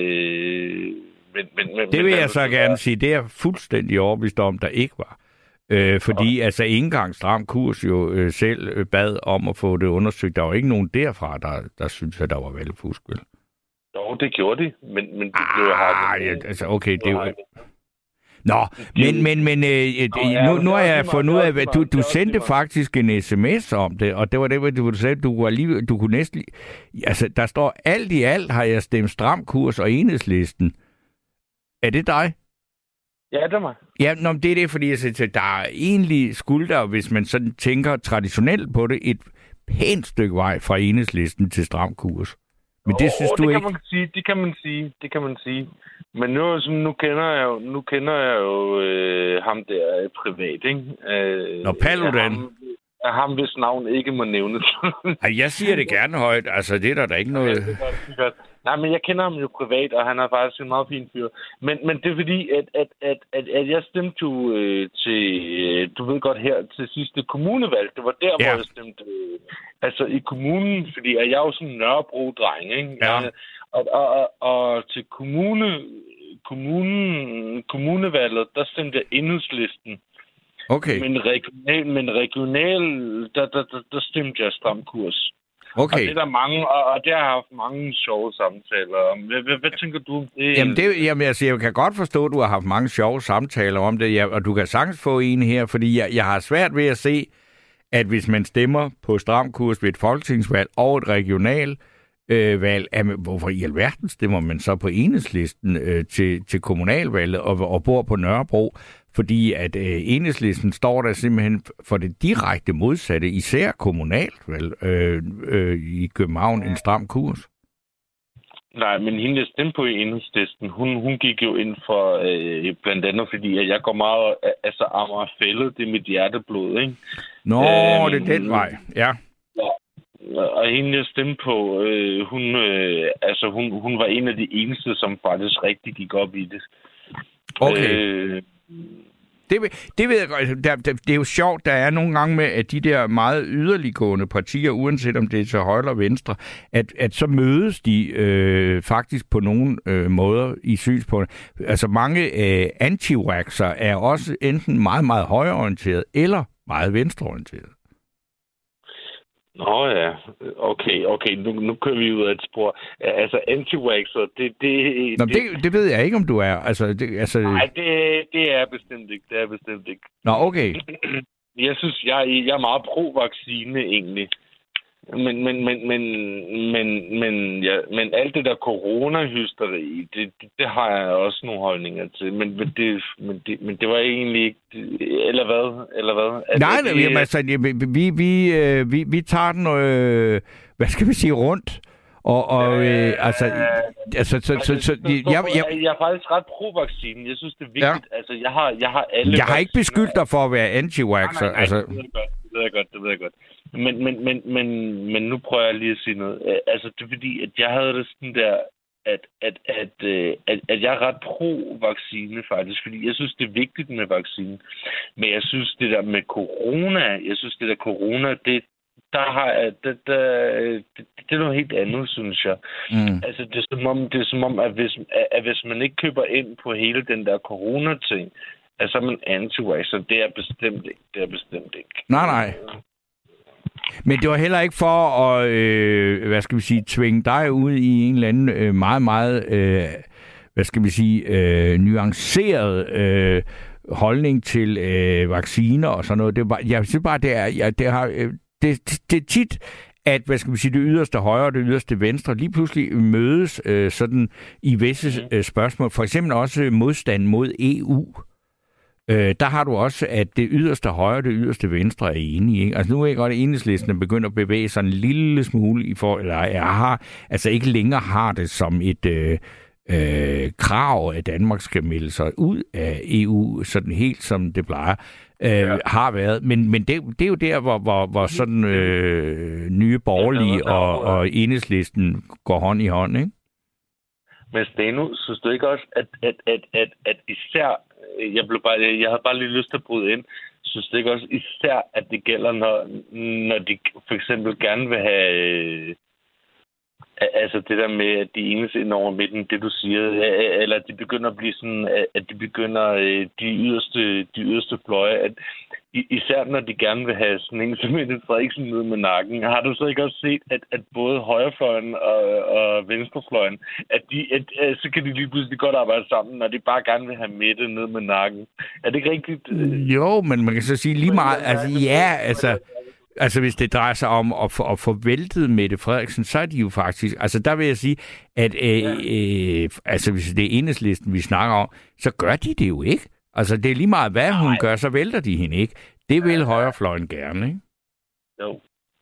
Øh, men, men, men, det vil men, jeg så gerne sige, det er fuldstændig overbevist om, der ikke var. Øh, fordi ja. altså ikke engang Stram Kurs jo øh, selv øh, bad om at få det undersøgt. Der var ikke nogen derfra, der, der syntes, at der var valgfusk, vel? Jo, det gjorde de, men, men det ah, blev hardt. Ja, altså, okay, det er jo... Nå, men, men, men øh, nu, nu har jeg fundet ud af, at du, du sendte faktisk en sms om det, og det var det, du sagde, du var lige, du kunne næsten... Altså, der står, alt i alt har jeg stemt Stram Kurs og Enhedslisten. Er det dig? Ja, det er mig. Ja, nå, det er det, fordi jeg siger, der er egentlig skulle der, hvis man sådan tænker traditionelt på det, et pænt stykke vej fra Enhedslisten til Stram Kurs. Men det synes oh, du det ikke? Kan man sige, det kan man sige, det kan man sige. Men nu, nu kender jeg jo, nu kender jeg jo øh, ham der privat, ikke? Øh, Nå, Paludan. Ham, ham, hvis navn ikke må nævnes. Ej, jeg siger det gerne højt. Altså, det er der da ikke noget... Ja, det er godt, det er godt. Nej, men jeg kender ham jo privat, og han er faktisk en meget fin fyr. Men, men det er fordi, at, at, at, at, at jeg stemte jo øh, til, øh, du ved godt her, til sidste kommunevalg. Det var der, ja. hvor jeg stemte, øh, altså i kommunen, fordi jeg er jo sådan en Nørrebro-dreng, ikke? Ja. Og, og, og, og til kommune, kommunen, kommunevalget, der stemte jeg Enhedslisten. Okay. Men regional, men regional der, der, der, der stemte jeg Stram Kurs. Okay. Og det er der mange, og, og det har jeg haft mange sjove samtaler om. Hvad, hvad, hvad tænker du om det? Jamen, det, jamen altså, jeg kan godt forstå, at du har haft mange sjove samtaler om det, ja, og du kan sagtens få en her, fordi jeg, jeg har svært ved at se, at hvis man stemmer på Stram Kurs ved et folketingsvalg og et regional øh, valg, jamen, hvorfor i alverden stemmer man så på Enhedslisten øh, til, til kommunalvalget og, og bor på Nørrebro? Fordi at øh, Enhedslisten står der simpelthen for det direkte modsatte, især kommunalt, vel, øh, øh, i København, en Stram Kurs. Nej, men hende, der stemte på Enhedslisten, hun, hun gik jo ind for, øh, blandt andet fordi, at jeg går meget, altså Amagerfællet, det er mit hjerteblod, ikke? Nå, øhm, det er den vej, ja. Ja. Og hende, jeg stemte på, øh, hun, øh, altså, hun, hun var en af de eneste, som faktisk rigtig gik op i det. Okay. Øh, Det, det ved jeg godt. Der, der, det er jo sjovt, der er nogle gange med, at de der meget yderliggående partier, uanset om det er til højre eller venstre, at, at så mødes de øh, faktisk på nogle øh, måder i synspunkter. Altså mange øh, anti-waxer er også enten meget, meget højreorienteret eller meget venstreorienteret. Nå ja, okay, okay, nu, nu kører vi ud af et spor. Altså, anti-waxer, det... det, Nå, det, det... det ved jeg ikke, om du er. Altså, det, altså... Nej, det, det er bestemt ikke, det er bestemt ikke. Nå, okay. Jeg synes, jeg, jeg er meget pro-vaccine, egentlig. Men, men, men, men, men, men, ja, men alt det der corona-hysteri, det, det, det har jeg også nogle holdninger til. Men, men, det, men, det, men det var egentlig ikke... Eller hvad? Eller hvad? Altså, nej, det, nej, jamen, altså, vi, vi, vi, vi, vi tager den, øh, hvad skal vi sige, rundt Og, og øh, altså, altså, så, så, så, jeg, jeg, jeg, jeg er faktisk ret pro-vaccinen. Jeg synes, det er vigtigt. Ja. Altså, jeg har, jeg har alle Jeg har ikke beskyldt dig for at være anti-vaxxer. Nej, nej, nej, altså. det, ved jeg godt, det ved jeg godt, det ved jeg godt. Men, men, men, men, men nu prøver jeg lige at sige noget. Altså, det er fordi, at jeg havde det sådan der, at, at, at, at, at jeg er ret pro-vaccine faktisk, fordi jeg synes, det er vigtigt med vaccinen. Men jeg synes, det der med corona, jeg synes, det der corona, det der har det, der, det, det er noget helt andet, synes jeg. Mm. Altså, det er som om, det er som om at, hvis, at hvis man ikke køber ind på hele den der corona-ting, altså er man anti-vaxxer. Det er bestemt ikke. Det er bestemt ikke. Nej, nej. Men det var heller ikke for at, øh, hvad skal vi sige, tvinge dig ud i en eller anden øh, meget, meget, øh, hvad skal vi sige, øh, nuanceret øh, holdning til øh, vacciner og sådan noget. Det var, jeg synes bare, det er, jeg, det har, øh, det, det, det er tit, at, hvad skal vi sige, det yderste højre og det yderste venstre lige pludselig mødes øh, sådan i visse øh, spørgsmål. For eksempel også modstand mod E U. Øh, der har du også, at det yderste højre og det yderste venstre er enige. Ikke? Altså nu er jeg godt, at Enhedslisten er begyndt at bevæge sig en lille smule i forhold, eller jeg har, altså ikke længere har det som et øh, øh, krav, at Danmark skal melde sig ud af E U, sådan helt som det plejer, øh, ja. har været. Men, men det, det er jo der, hvor, hvor, hvor sådan øh, nye borgerlige og, og Enhedslisten går hånd i hånd, ikke? Men Steno, synes du ikke også, at, at, at, at, at især Jeg, blev bare, jeg havde bare lige lyst til at bryde ind. Jeg synes det ikke også især, at det gælder, når, når de for eksempel gerne vil have øh, altså det der med, at de enes ind over midten, det du siger, eller at de begynder at blive sådan, at de begynder øh, de yderste, de yderste fløje, at især når de gerne vil have sådan en som Mette Frederiksen ned med nakken. Har du så ikke også set, at, at både højrefløjen og, og venstrefløjen, at, de, at, at så kan de lige pludselig godt arbejde sammen, når de bare gerne vil have Mette ned med nakken? Er det ikke rigtigt? Jo, men man kan så sige lige meget, altså ja, altså... Altså, hvis det drejer sig om at få, at få væltet Mette Frederiksen, så er de jo faktisk... Altså, der vil jeg sige, at øh, øh, altså, hvis det er Enhedslisten, vi snakker om, så gør de det jo ikke. Altså, det er lige meget, hvad hun gør, så vælter de hende ikke. Det vil højrefløjen gerne, ikke? Jo.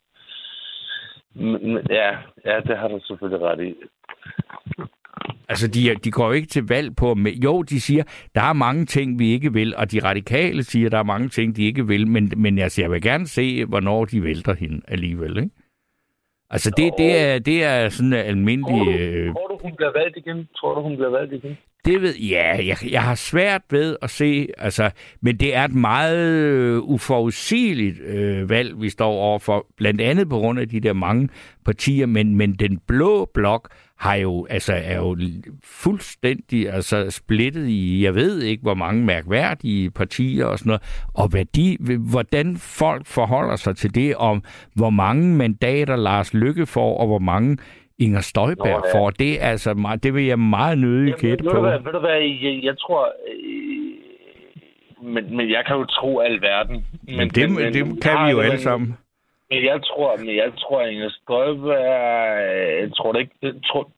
Men, ja, ja, det har du selvfølgelig ret i. Altså, de, de går jo ikke til valg på... Jo, de siger, der er mange ting, vi ikke vil, og de radikale siger, der er mange ting, de ikke vil, men, men altså, jeg vil gerne se, hvornår de vælter hende alligevel, ikke? Altså, det, det, er, det er sådan en almindelig... Tror du, tror du, hun bliver valgt igen? Tror du, hun bliver valgt igen? Det ved ja, jeg. Jeg har svært ved at se, altså, men det er et meget uforudsigeligt øh, valg, vi står overfor, blandt andet på grund af de der mange partier, men, men den blå blok har jo, altså, er jo fuldstændig altså, splittet i, jeg ved ikke, hvor mange mærkværdige partier og sådan noget, og hvad de, hvordan folk forholder sig til det, om hvor mange mandater Lars Løkke får, og hvor mange Inger Støjberg Nå, ja. får. Det, altså, meget, det vil jeg meget nødig gætte på. Ved du hvad, jeg, jeg tror... Øh, men, men jeg kan jo tro alverden. Men, men det, men, det men, kan vi jo alle sammen. Men jeg tror, men jeg tror, Inger Støjberg... Jeg tror det ikke... Jeg tror,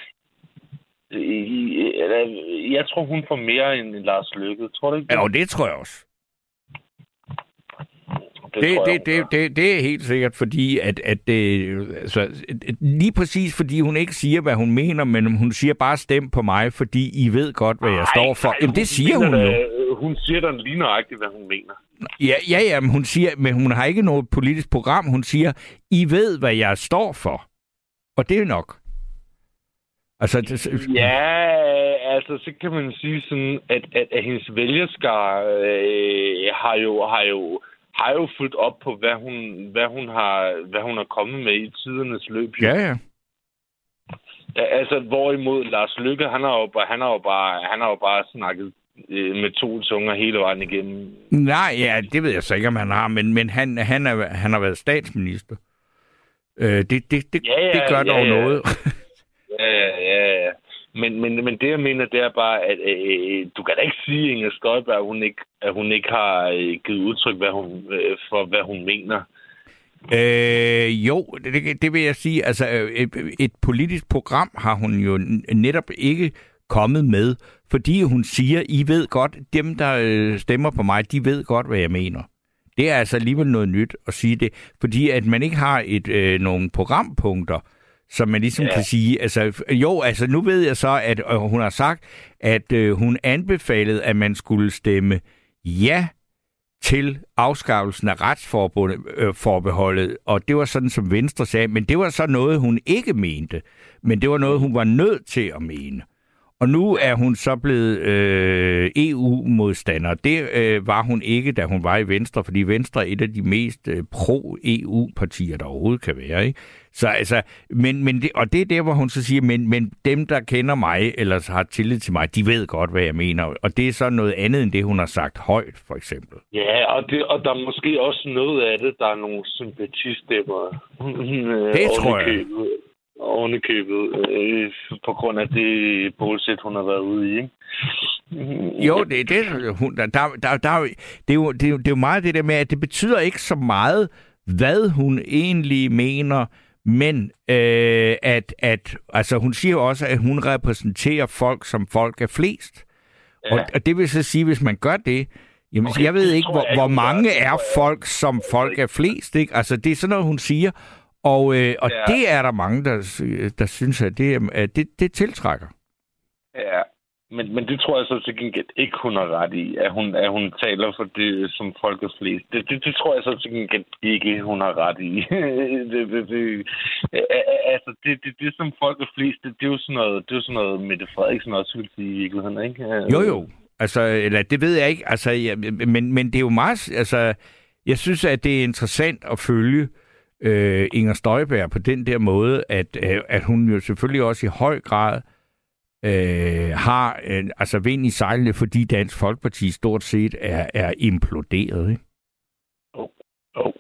jeg tror, hun får mere end Lars Løkke. Tror du ikke det? Ja, og det tror jeg også. Det, det, det, det, det, det er helt sikkert, fordi at, at det, altså, lige præcis fordi hun ikke siger, hvad hun mener, men hun siger bare stem på mig, fordi I ved godt, hvad jeg ej, står for. Ej, Jamen, det siger hun, hun jo. Da, hun siger da lige nøjagtigt, hvad hun mener. Ja, ja, ja, men hun siger, men hun har ikke noget politisk program. Hun siger, I ved, hvad jeg står for. Og det er nok. Altså, det... Ja, altså, så kan man sige sådan, at, at, at hendes vælgerskare øh, har jo... Har jo har jo fulgt op på, hvad hun, hvad hun har, hvad hun har kommet med i tidernes løb. Ja, ja. Ja, altså, hvorimod Lars Løkke, han har jo, han har jo bare, han har jo bare snakket øh, med to tunger hele vejen igennem. Nej, ja, det ved jeg så ikke, om han har, men, men han, han, er, han har været statsminister. Øh, det, det, det, ja, ja, det gør dog ja, ja. noget. ja, ja, ja, ja. Men, men, men det, jeg mener, det er bare, at øh, du kan da ikke sige, Inger Støjberg, at hun ikke, at hun ikke har øh, givet udtryk hvad hun, øh, for, hvad hun mener. Øh, jo, det, det vil jeg sige. Altså, et, et politisk program har hun jo netop ikke kommet med, fordi hun siger, I ved godt, dem, der øh, stemmer på mig, de ved godt, hvad jeg mener. Det er altså alligevel noget nyt at sige det, fordi at man ikke har et, øh, nogle programpunkter, som man ligesom Ja. kan sige, altså jo, altså nu ved jeg så, at øh, hun har sagt, at øh, hun anbefalede, at man skulle stemme ja til afskaffelsen af retsforbeholdet, øh, og det var sådan, som Venstre sagde, men det var så noget, hun ikke mente, men det var noget, hun var nødt til at mene. Og nu er hun så blevet øh, E U-modstander. Det øh, var hun ikke, da hun var i Venstre, fordi Venstre er et af de mest øh, pro-E U-partier, der overhovedet kan være. Ikke? Så, altså, men, men det, og det er der, hvor hun så siger, men, men dem, der kender mig, eller har tillid til mig, de ved godt, hvad jeg mener. Og det er så noget andet, end det, hun har sagt højt, for eksempel. Ja, og, det, og der er måske også noget af det, der er nogle sympatistemmer. Det tror jeg. Ovenikøbet, øh, på grund af det bålsæt, hun har været ude i, ikke? Jo, det, det, hun, der, der, der, der, det, er jo, det, er jo, det er jo meget det der med, at det betyder ikke så meget, hvad hun egentlig mener, men øh, at, at altså, hun siger jo også, at hun repræsenterer folk, som folk er flest. Ja. Og, og det vil så sige, hvis man gør det, jamen, okay, jeg ved ikke, hvor, jeg, hvor mange er folk, som folk er flest, ikke? Altså, det er sådan noget, hun siger. Og, øh, og ja. Det er der mange, der, der synes, at det, at det, det tiltrækker. Ja, men, men det tror jeg så til gengæld ikke, hun har ret i, at hun, at hun taler for det, som folk er flest. Det, det, det tror jeg så til gengæld ikke, hun har ret i. det, det, det, altså, det, det, det, som folk er flest, det, det er jo sådan noget, det er jo sådan noget Mette Frederiksen også vil sige i virkeligheden, ikke? Jo, jo. Altså, eller, det ved jeg ikke. Altså, ja, men, men det er jo meget... Altså, jeg synes, at det er interessant at følge Øh, Inger Støjberg på den der måde, at, øh, at hun jo selvfølgelig også i høj grad øh, har øh, altså vind i sejlene, fordi Dansk Folkeparti stort set er, er imploderet. Ikke? Oh. Oh.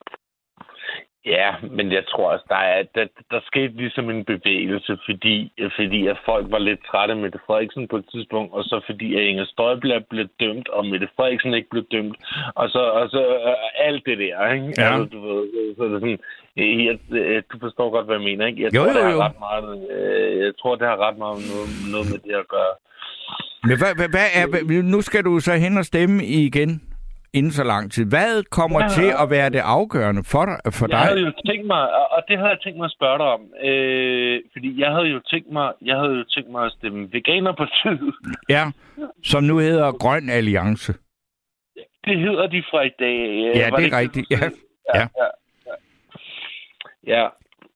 Ja, men jeg tror også, der, er, der, der skete ligesom en bevægelse, fordi, fordi at folk var lidt trætte med Mette Frederiksen på et tidspunkt, og så fordi at Inger Støjberg blev dømt, og Mette Frederiksen ikke blev dømt, og så, og så uh, alt det der, ikke? Ja. Altså, du ved, så er det sådan, jeg, jeg, du forstår godt, hvad jeg mener, ikke? Jeg jo, tror, jo, jo. det har ret meget, øh, jeg tror, det har ret meget noget, noget med det at gøre. Men hvad, hvad, hvad er, nu skal du så hen og stemme igen inden så lang tid. Hvad kommer ja, til at være det afgørende for, for dig? Jeg havde jo tænkt mig, og det havde jeg tænkt mig at spørge dig om, øh, fordi jeg havde jo tænkt mig, jeg havde jo tænkt mig at stemme Veganerpartiet. Ja, som nu hedder Grøn Alliance. Det hedder de fra i dag. Ja, det er det rigtigt. Ja. Ja, ja, ja. ja.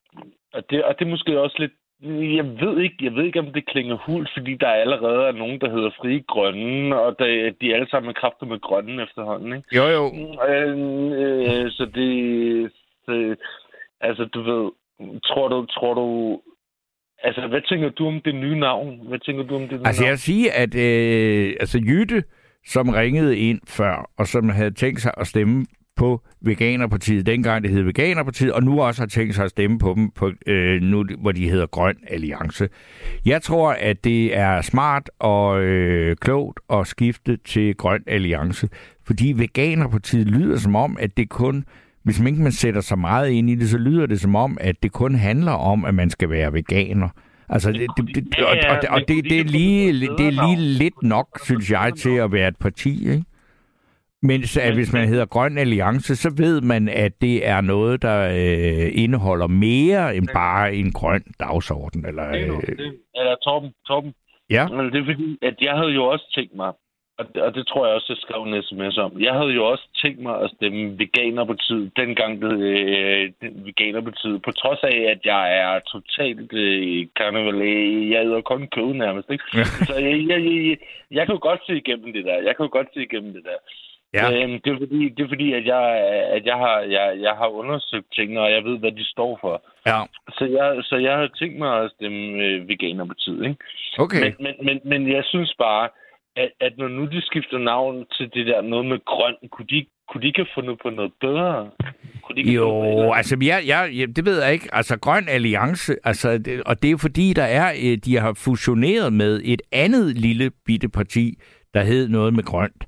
Og, det, og det er måske også lidt, jeg ved ikke, jeg ved ikke, om det klinger hult, fordi der allerede er nogen, der hedder Frie Grønne, og der, de er alle sammen kræfter med grønne efterhånden, ikke? Jo, jo. Øh, øh, så det, så, altså, du ved, tror du, tror du, altså, hvad tænker du om det nye navn? Hvad tænker du om det nye altså, navn? jeg vil sige, at øh, altså, Jytte, som ringede ind før, og som havde tænkt sig at stemme på Veganerpartiet, dengang det hed Veganerpartiet, og nu også har tænkt sig at stemme på dem, på, øh, nu hvor de hedder Grøn Alliance. Jeg tror, at det er smart og øh, klogt at skifte til Grøn Alliance, fordi Veganerpartiet lyder som om, at det kun, hvis man ikke man sætter sig meget ind i det, så lyder det som om, at det kun handler om, at man skal være veganer. Altså, det, det, det, og, og, og det, det, er lige, det er lige lidt nok, synes jeg, til at være et parti, ikke? Men at hvis man hedder Grøn Alliance, så ved man, at det er noget, der øh, indeholder mere end bare en grøn dagsorden. Eller, øh... eller Torben, Torben. Ja. Det er fordi, at jeg havde jo også tænkt mig, og det, og det tror jeg også, jeg skrev en sms om, jeg havde jo også tænkt mig at stemme Veganerpartiet, dengang det øh, Veganerpartiet, på trods af, at jeg er totalt øh, karneval, jeg æder kun kød nærmest, ikke? Ja. Så jeg, jeg, jeg, jeg kan jo godt se igennem det der, jeg kan jo godt se igennem det der. Ja. Øhm, det er fordi, det er fordi at jeg, at jeg har, jeg, jeg har undersøgt tingene, og jeg ved, hvad de står for. Ja. Så jeg, så jeg har tænkt mig at stemme øh, Veganerpartiet, ikke? Okay. Men, men, men, men jeg synes bare, at, at når nu de skifter navn til det der noget med grøn, kunne de, kunne de ikke have fundet på noget bedre? Kunne de jo, altså, jeg, jeg, det ved jeg ikke. Altså, Grøn Alliance, altså, det, og det er jo fordi, der er, de har fusioneret med et andet lille bitte parti, der hed noget med grønt.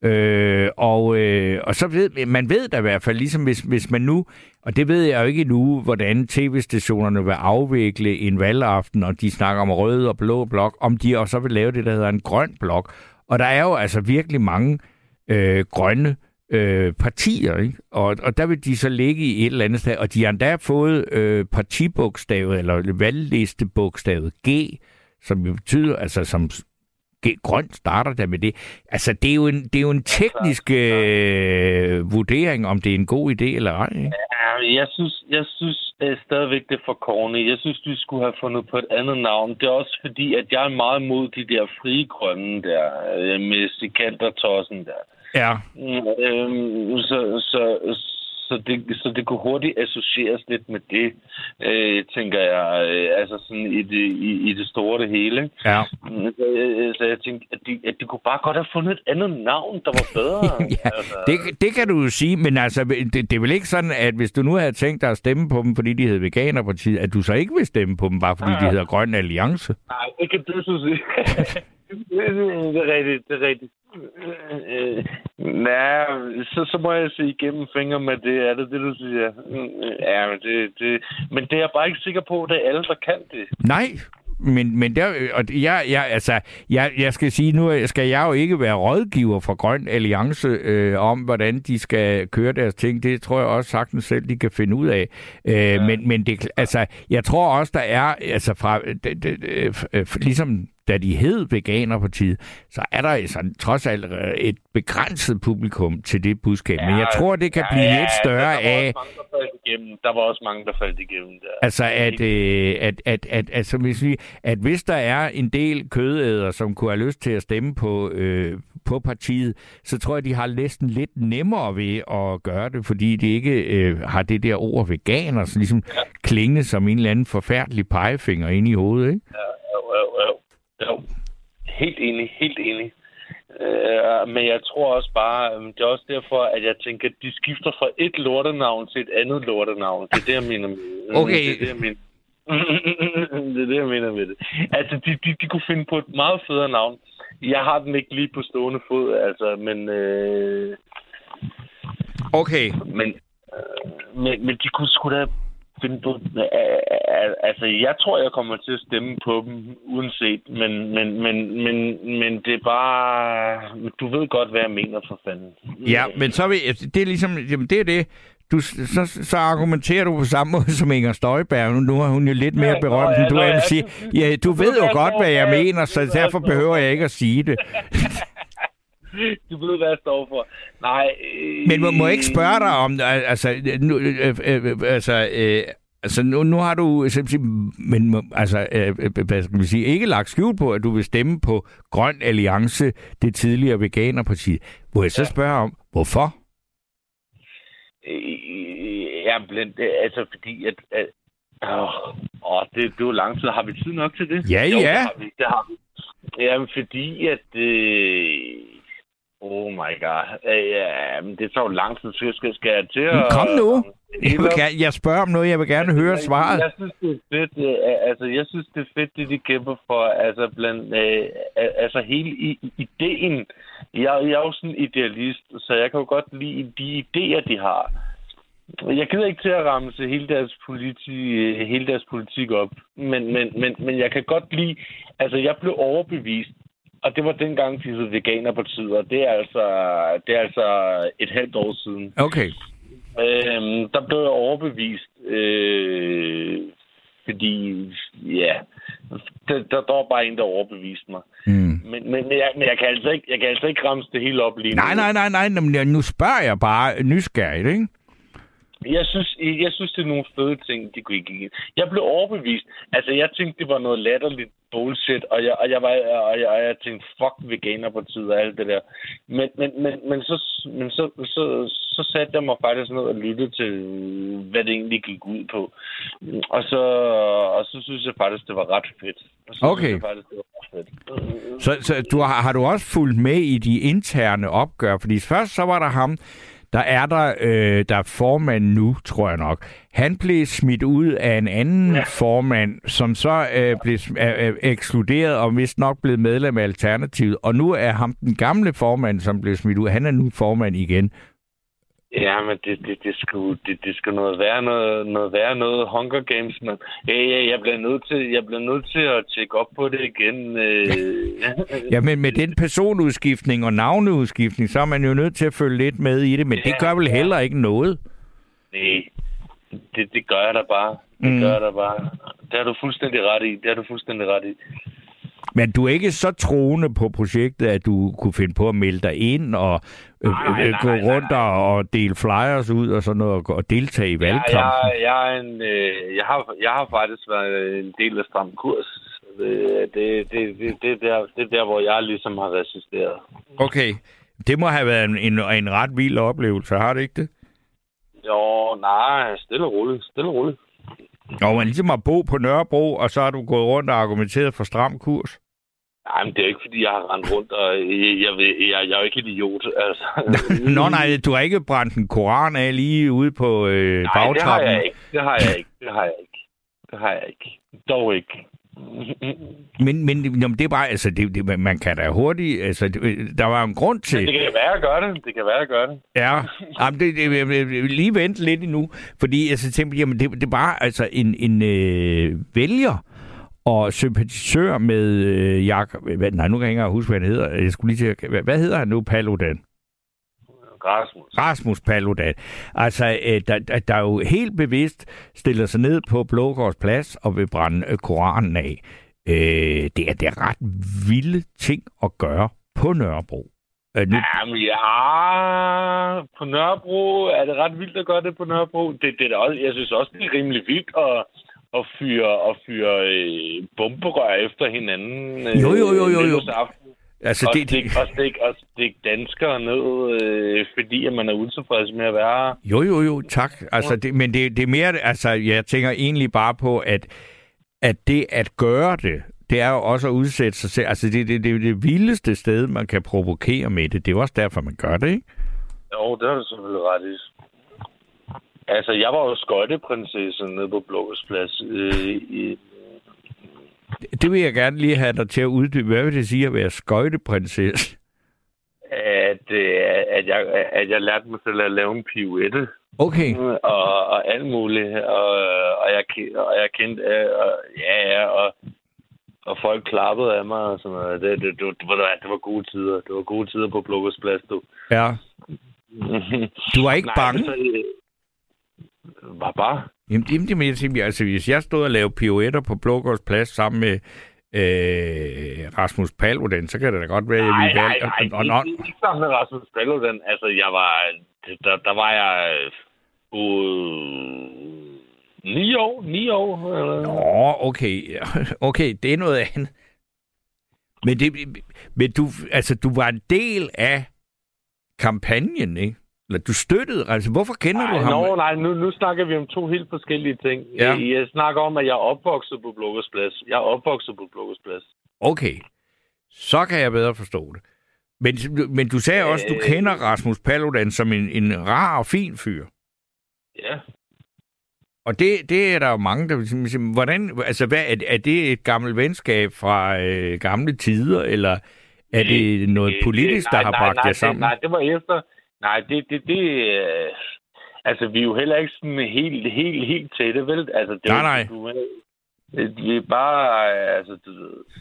Øh, og, øh, og så ved man ved da i hvert fald, ligesom hvis, hvis man nu, og det ved jeg jo ikke endnu, hvordan tv-stationerne vil afvikle en valgaften, og de snakker om rød og blå blok, om de også vil lave det, der hedder en grøn blok. Og der er jo altså virkelig mange øh, grønne øh, partier, ikke? Og, og der vil de så ligge i et eller andet sted, og de har endda fået øh, partibogstavet, eller valglistebogstavet G, som jo betyder, altså som G, grønt starter der med det. Altså, det er jo en, det er jo en teknisk øh, vurdering, om det er en god idé eller ej, ikke? Ja, jeg synes, jeg synes øh, stadigvæk, det er for corny. Jeg synes, vi skulle have fundet på et andet navn. Det er også fordi, at jeg er meget mod de der frie grønne der, øh, med Sikander-tossen der. Ja. Øhm, så, så, så, det, så det kunne hurtigt associeres lidt med det, øh, tænker jeg, øh, altså sådan i det, i, i det store det hele. Ja. Så, øh, så jeg tænkte, at de, at de kunne bare godt have fundet et andet navn, der var bedre. Ja, altså. det, det kan du jo sige, men altså, det, det er vel ikke sådan, at hvis du nu havde tænkt dig at stemme på dem, fordi de hedder Veganerpartiet, at du så ikke vil stemme på dem, bare fordi ja. de hedder Grøn Alliance? Nej, det kan du så sige. det er rigtigt, det er rigtigt. Øh, nej, så, så må jeg se igennem fingre med det. Er det det, du siger? Ja, men det, det, men det er jeg bare ikke sikker på, at det er alle, der kan det. Nej, men, men der, og jeg, jeg, altså, jeg, jeg skal sige, nu skal jeg jo ikke være rådgiver for Grøn Alliance øh, om, hvordan de skal køre deres ting. Det tror jeg også sagtens selv, de kan finde ud af. Øh, ja. Men, men det, altså, jeg tror også, der er, altså fra, det, det, øh, ligesom da de hed Veganerpartiet, så er der altså trods alt et begrænset publikum til det budskab. Ja, men jeg tror, det kan ja, blive ja, lidt større der af... Der var også mange, der faldt igennem. Der. Altså, at, øh, at, at, at, at, som jeg siger, at hvis der er en del kødæder, som kunne have lyst til at stemme på, øh, på partiet, så tror jeg, de har næsten lidt nemmere ved at gøre det, fordi de ikke øh, har det der ord veganer, så ligesom ja. klingende som en eller anden forfærdelig pegefinger inde i hovedet, ikke? Ja, jo, jo, jo. jo. Helt enig, helt enig. Uh, men jeg tror også bare, um, det er også derfor, at jeg tænker, at de skifter fra et lortenavn til et andet lortenavn. Det er det, jeg mener med det. Okay. Det er det, jeg mener. det er det, jeg mener med det. Altså, de, de, de kunne finde på et meget federe navn. Jeg har den ikke lige på stående fod, altså, men... Uh... Okay. Men, uh, men, men de kunne sgu da finde på... Altså, jeg tror, jeg kommer til at stemme på dem, uanset. Men, men, men, men, men det er bare... Du ved godt, hvad jeg mener, for fanden. Ja, men så vil det er ligesom... Jamen, det er det. Du, så, så argumenterer du på samme måde som Inger Støjberg. Nu har hun jo lidt mere berømt, end du er. Sige, ja, du ved jo godt, hvad jeg mener, så derfor behøver jeg ikke at sige det. Du ved, hvad jeg står for. Nej. Øh... Men må, må jeg ikke spørge dig om... Altså, nu, øh, øh, altså, øh, altså nu, nu har du simpelthen... Men altså, øh, hvad skal man sige, ikke lagt skjul på, at du vil stemme på Grøn Alliance, det tidligere Veganerparti. Må jeg så spørge om, hvorfor? Ja, blandt, altså fordi, at... at åh, åh, det, det er jo lang tid. Har vi tid nok til det? Ja, jo, ja. Det har vi. Det har vi. Jamen, fordi at... Øh, oh my god. Øh, ja, men det tager jo lang tid, så jeg skal, skal jeg til at... Kom nu! Jeg, vil gerne, jeg spørger om noget, jeg vil gerne høre svaret. Jeg synes, det er fedt. Altså, jeg synes, det er fedt, det de kæmper for. Altså, blandt, øh, altså hele i, ideen. Jeg, jeg er jo sådan en idealist, så jeg kan jo godt lide de idéer, de har. Jeg gider ikke til at ramse hele deres politik, hele deres politik op. Men, men, men, men jeg kan godt lide... Altså, jeg blev overbevist. Og det var dengang, de hed Veganerpartiet, og det er altså, det er altså et halvt år siden. Okay. Øhm, der blev jeg overbevist, øh, fordi, ja, der, der, der var bare en, der overbeviste mig. Mm. Men, men, men, jeg, men jeg, kan altså ikke, jeg kan altså ikke ramse det hele op lige nu. Nej, nej, nej, nej, men nu spørger jeg bare nysgerrigt, ikke? Jeg synes, jeg synes, det er nogle fede ting, de kunne ikke. Jeg blev overbevist. Altså, jeg tænkte, det var noget latterligt bullshit, og jeg, og jeg, var, og jeg, og jeg tænkte, fuck Veganerpartiet og alt det der. Men, men, men, men, så, men så, så, så satte jeg mig faktisk ned og lyttede til, hvad det egentlig gik ud på. Og så, og så synes jeg faktisk, det var ret fedt. Og så okay. Synes jeg faktisk, det var ret fedt. Så, så du har, har du også fulgt med i de interne opgør? Fordi først så var der ham, Der er der, øh, der er formand nu, tror jeg nok. Han blev smidt ud af en anden ja. formand, som så øh, blev øh, ekskluderet og vist nok blevet medlem af Alternativet. Og nu er ham den gamle formand, som blev smidt ud, han er nu formand igen. Ja, men det, det, det, skulle, det, det skulle noget være noget, noget være noget Hunger Games, men ja, ja, jeg bliver nødt til, jeg bliver nødt til at tjekke op på det igen. Ja, men med den personudskiftning og navneudskiftning, så er man jo nødt til at følge lidt med i det, men ja, det gør vel ja. heller ikke noget? Nej, det, det gør jeg da bare. Det mm. gør jeg da bare. Det har du fuldstændig ret i. Det har du fuldstændig ret i. Men du er ikke så troende på projektet, at du kunne finde på at melde dig ind og øh, nej, nej, gå nej, rundt nej, nej. og dele flyers ud og sådan noget og deltage i valgkampen? Ja, jeg, jeg, er en, øh, jeg, har, jeg har faktisk været en del af Stram Kurs. Det, det, det, det, det, er der, det er der, hvor jeg ligesom har resisteret. Okay. Det må have været en, en, en ret vild oplevelse, har det ikke det? Jo, nej. Stille og roligt. Stille og roligt. Og man ligesom har bo på Nørrebro, og så har du gået rundt og argumenteret for Stram Kurs? Nej, men det er ikke, fordi jeg har rendt rundt, og jeg, jeg, jeg, jeg er jo ikke idiot. Altså. Nå nej, du har ikke brændt en koran af lige ude på øh, nej, bagtrappen? Nej, det har jeg ikke. Det har jeg ikke. Det har jeg ikke. Dog ikke. men, men det er bare, altså, det, det, man kan da hurtigt, altså, det, der var en grund til... Men det kan være at gøre det, det kan være at gøre det. Ja, jamen, det, det, det, lige vente lidt endnu, fordi altså, tænkte, jamen, det, det er bare altså, en, en øh, vælger og sympatisør med øh, Jakob... Nej, nu kan jeg ikke huske, hvad han hedder. Jeg skulle lige til, hvad, hvad hedder han nu, Paludan? Rasmus. Rasmus Paludan. Altså, øh, der, der, der er jo helt bevidst stiller sig ned på Blågårds Plads og vil brænde øh, Koranen af. Øh, det, er, det er ret vilde ting at gøre på Nørrebro. Øh, nu... Jamen ja, på Nørrebro er det ret vildt at gøre det på Nørrebro. Det, det er også, jeg synes også, det er rimelig vildt at, at fyre, at fyre øh, bomberør efter hinanden. Øh, jo, jo, jo, jo, jo. Altså, og, det, stik, det... og, stik, og stik danskere ned, øh, fordi at man er utilfreds med at være... Jo, jo, jo, tak. Altså, det, men det, det er mere... Altså, jeg tænker egentlig bare på, at, at det at gøre det, det er jo også at udsætte sig selv. Altså, det er det, det, det vildeste sted, man kan provokere med det. Det er også derfor, man gør det, ikke? Jo, det har du selvfølgelig ret i. Altså, jeg var jo skøjteprinsesse nede på Blågårds Plads øh, i... Det vil jeg gerne lige have dig til at uddybe. Hvad vil det sige at være skøjteprinsesse? At, at, jeg, at jeg lærte mig selv at lave en pirouette. Okay. Og, og alt muligt. Og, og, jeg, og jeg kendte... Og, ja, ja, og, og folk klappede af mig og sådan noget. Det, det, det, det, var, det var gode tider. Det var gode tider på Blågårds Plads, du. Ja. Du var ikke Nej, bange? Så, var bare... Jamen, jamen, jeg tænker, altså, hvis jeg stod og lavede pirouetter på Blågårds Plads sammen med øh, Rasmus Paludan, så kan det da godt være, at jeg ville valge... Nej, nej, nej, ikke, ikke sammen med Rasmus Paludan. Altså, jeg var... Der, der var jeg... Uh, ni år? Ni år? Eller? Nå, okay. Okay, det er noget andet. Men, det, men du, altså, du var en del af kampagnen, ikke? Eller du støttede, altså hvorfor kender Ej, du ham? Nå, nej, nu, nu snakker vi om to helt forskellige ting. Ja. Jeg, jeg snakker om, at jeg er opvokset på Blågårds Plads. Jeg er opvokset på Blågårds Plads. Okay, så kan jeg bedre forstå det. Men, men du sagde også, at du kender Rasmus Paludan som en, en rar og fin fyr. Ja. Og det, det er der jo mange, der vil sige, hvordan, altså hvad, er, er det et gammelt venskab fra øh, gamle tider, eller er det noget politisk, der nej, har bragt nej, jer sammen? Det, nej, det var efter... Nej, det, det, det, øh, altså, vi er jo heller ikke sådan helt, helt, helt tætte, vel? Altså, det, nej, nej. Du, vi er bare, altså, du,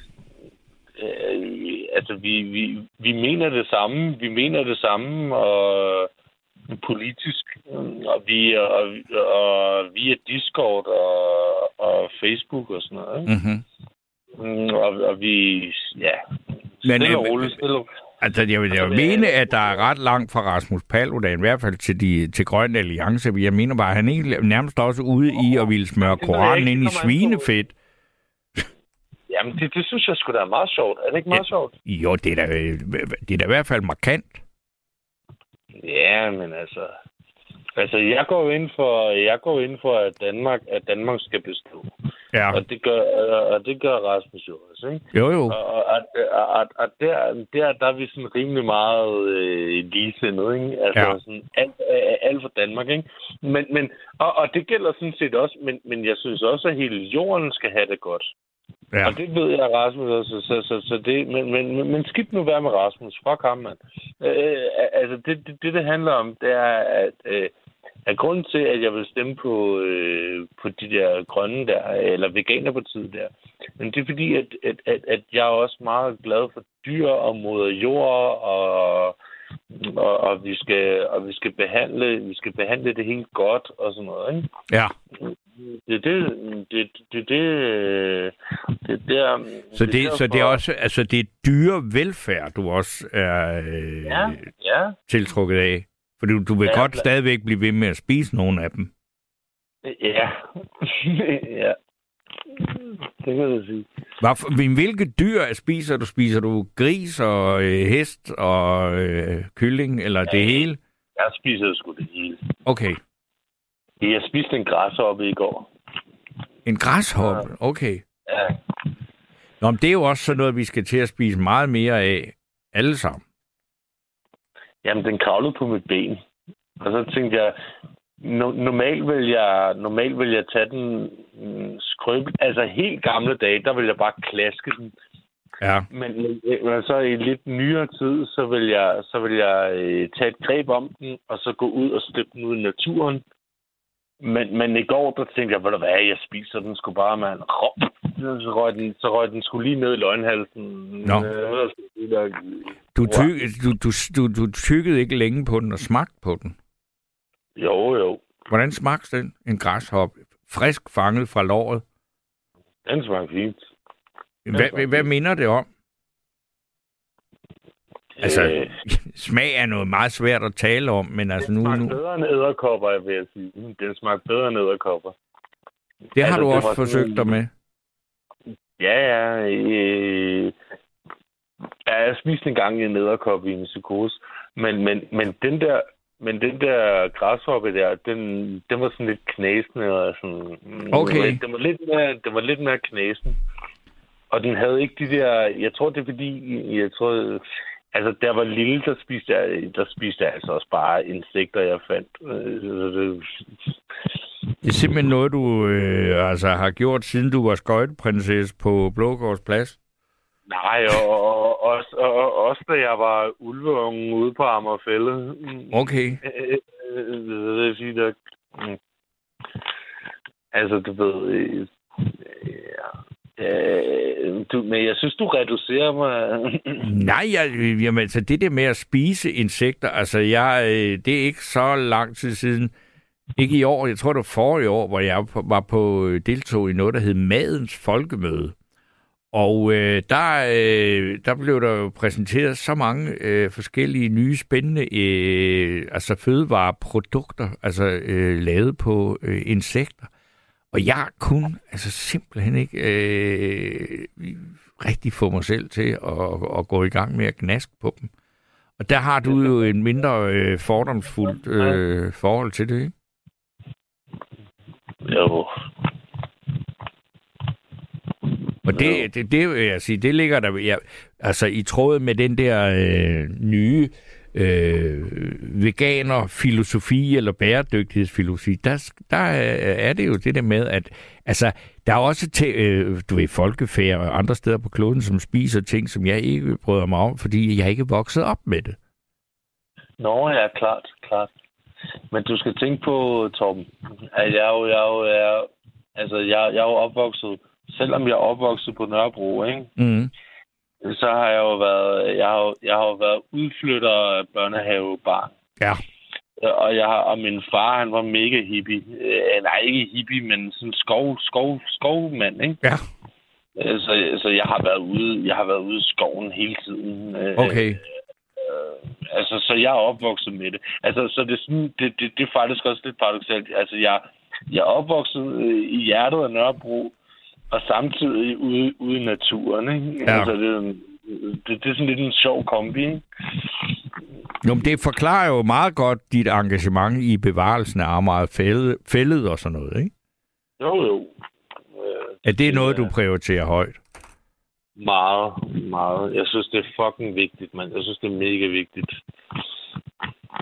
øh, altså, vi, vi, vi mener det samme, vi mener det samme, og politisk, og vi, og, og via Discord og, og Facebook og sådan noget, ikke? Mm-hmm. Og, og vi, ja, stille og roligt, stille og Altså, jeg vil, jeg vil mene, at der er ret langt fra Rasmus Paludan, i hvert fald til, de, til Grøn Alliance. Jeg mener bare, at han ikke nærmest også ude i at ville smøre Koranen ind i svinefedt. Jamen, det, det synes jeg sgu da er meget sjovt. Er det ikke meget ja, sjovt? Jo, det er, da, det er da i hvert fald markant. Ja, men altså... Altså, jeg går ind for, jeg går ind for at Danmark, at Danmark skal bestå. Ja. Og det gør, og det gør Rasmus jo også, ikke? Jo, jo. Og, og, og, og der, der, der er vi sådan rimelig meget øh, ligesindet, ikke? Altså, ja. Sådan alt, alt for Danmark, ikke? Men, men, og, og det gælder sådan set også, men, men jeg synes også, at hele jorden skal have det godt. Ja. Og det ved jeg, Rasmus også. Så, så, så det, men, men, men skidt nu være med Rasmus. Fuck ham, mand. Øh, altså, det, det, det, det handler om, det er, at, øh, at grunden til, at jeg vil stemme på, øh, på de der grønne der, eller veganerpartiet der, men det er fordi, at, at, at, at jeg er også meget glad for dyr og moder jord, og, og, og, vi skal, og vi skal behandle vi skal behandle det helt godt, og sådan noget, ikke? Ja. Det er det, det, det, det, det der... Så det, det så det er også, altså det er dyrevelfærd, du også er øh, ja, ja. tiltrukket af. For du, du vil ja, godt bl- stadigvæk blive ved med at spise nogle af dem. Ja. Ja. Det kan du sige. Hvorfor, hvilke dyr spiser du? Spiser du gris og øh, hest og øh, kylling, eller ja, det hele? Jeg spiser sgu det hele. Okay. Jeg spiste en græshoppe i går. En græshoppe? Okay. Ja. Nå, men det er jo også sådan noget, vi skal til at spise meget mere af. Alle sammen. Jamen, den kravlede på mit ben. Og så tænkte jeg, no- normalt vil jeg normalt vil jeg tage den mm, skrøb. Altså, helt gamle dage, der vil jeg bare klaske den. Ja. Men, men så i lidt nyere tid, så vil jeg, så vil jeg øh, tage et greb om den, og så gå ud og slippe den ud i naturen. Men, men i går, der tænkte jeg, hvad der var, jeg spiser den sgu bare, mand. Så røg den, så røg den sgu lige ned i løgnhalsen. Nå. Du, tyk, du, du, du, du tykkede ikke længe på den og smagte på den? Jo, jo. Hvordan smagte den? En græshoppe. Frisk fanget fra låret? Den smagte fint. Den hvad, smagte hvad fint. minder det om? Altså, Øh, smag er noget meget svært at tale om, men altså nu... Den smagte nu... bedre end edderkopper, vil jeg sige. Den smagte bedre end edderkopper. Det har altså, du det også forsøgt sådan... dig med. Ja, ja. Øh... Jeg har spist en gang i en edderkoppe i en psykose. Men, men, men den der... Men den der græshoppe der, den, den var sådan lidt knæsende. Og sådan, okay. Den var lidt mere, den var lidt mere knæsende. Og den havde ikke de der... Jeg tror, det er fordi... Jeg tror... Altså, der var lille, der spiste jeg, der spiste jeg altså også bare insekter, jeg fandt. Det er simpelthen noget, du øh, altså, har gjort, siden du var skøjteprinsesse på Blågårds Plads? Nej, og, og, også, og, og også da jeg var ulveungen ude på Amagerfælled. Okay. Det vil sige, der... Altså, du ved... Ja... Øh, du, men jeg synes, du reducerer mig. Nej, jeg, jamen, altså det der med at spise insekter, altså jeg, det er ikke så lang tid siden, ikke i år, jeg tror det var forrige år, hvor jeg var på deltog i noget, der hed Madens Folkemøde. Og øh, der, øh, der blev der jo præsenteret så mange øh, forskellige nye, spændende øh, altså fødevareprodukter, altså øh, lavet på øh, insekter. Og jeg kunne altså simpelthen ikke øh, rigtig få mig selv til at, at gå i gang med at gnaske på dem. Og der har du jo en mindre øh, fordomsfuldt øh, forhold til det, ikke? Jo. Og det, det, det vil jeg sige, det ligger der ja, altså i tråd med den der øh, nye øh, veganer-filosofi eller bæredygtighedsfilosofi, der, der er det jo det der med, at altså, der er også til, øh, du ved, folkefærd og andre steder på kloden, som spiser ting, som jeg ikke bryder mig om, fordi jeg ikke er vokset op med det. Nå, ja, klart, klart. Men du skal tænke på, Torben, at jeg er jo, jeg er jo, jeg er, altså, jeg, jeg er jo opvokset, selvom jeg er opvokset på Nørrebro, ikke? Mm. Så har jeg jo været, jeg har jo, jeg har jo været udflytter børnehavebarn. Ja. Og jeg har, og min far, han var mega hippie. Øh, nej, ikke hippie, men sådan skov, skov, skovmand, ikke? Ja. Så, så jeg har været ude, jeg har været ude i skoven hele tiden. Okay. Øh, altså, så jeg er opvokset med det. Altså, så det er sådan, det, det, det er faktisk også lidt paradoksalt. Altså, jeg, jeg er opvokset i hjertet af Nørrebro, og samtidig ude, ude i naturen, ikke? Ja. Altså, det, det, det er sådan lidt en sjov kombi, ikke? Jo, men det forklarer jo meget godt dit engagement i bevarelsen af Amager Fælled og sådan noget, ikke? Jo, jo. Er det noget, du prioriterer højt? Meget, meget. Jeg synes, det er fucking vigtigt, man. Jeg synes, det er mega vigtigt.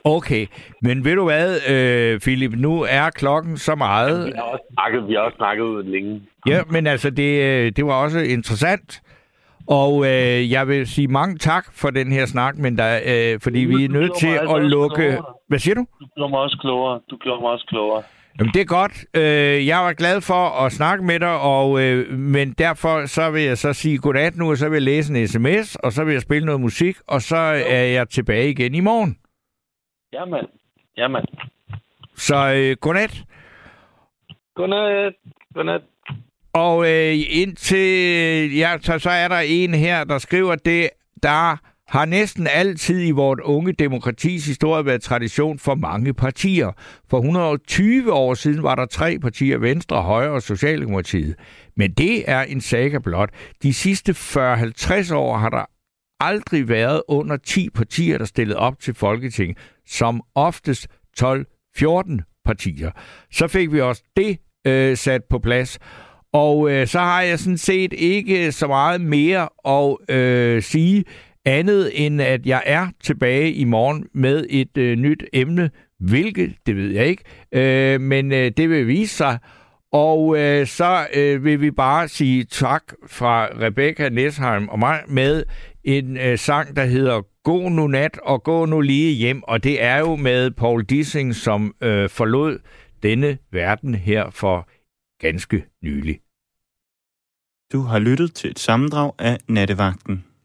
Okay, men ved du hvad, øh, Philip, nu er klokken så meget... Vi har også snakket, vi har også snakket længe. Ja, men altså, det, det var også interessant. Og øh, jeg vil sige mange tak for den her snak, men der, øh, fordi vi er nødt til at lukke... Klogere. Hvad siger du? Du gjorde mig også klogere. Du gjorde mig også klogere. Jamen, det er godt. Øh, jeg var glad for at snakke med dig, og, øh, men derfor så vil jeg så sige godnat nu, og så vil jeg læse en sms, og så vil jeg spille noget musik, og så er jeg tilbage igen i morgen. Jamen, jamen. Så øh, godnat. Godnat. Godnat. Og øh, indtil... Ja, så, så er der en her, der skriver, det der har næsten altid i vort unge demokratis historie været tradition for mange partier. For et hundrede og tyve år siden var der tre partier, Venstre, Højre og Socialdemokratiet. Men det er en saga blot. De sidste fyrre til halvtreds år har der aldrig været under ti partier, der stillede op til Folketinget. Som oftest tolv til fjorten partier. Så fik vi også det øh, sat på plads. Og øh, så har jeg sådan set ikke så meget mere at øh, sige, andet end at jeg er tilbage i morgen med et øh, nyt emne. Hvilket, det ved jeg ikke, øh, men øh, det vil vise sig. Og øh, så øh, vil vi bare sige tak fra Rebecca Nesheim og mig med en øh, sang, der hedder Gå nu nat og gå nu lige hjem. Og det er jo med Paul Dissing, som øh, forlod denne verden her for ganske nylig. Du har lyttet til et sammendrag af Nattevagten.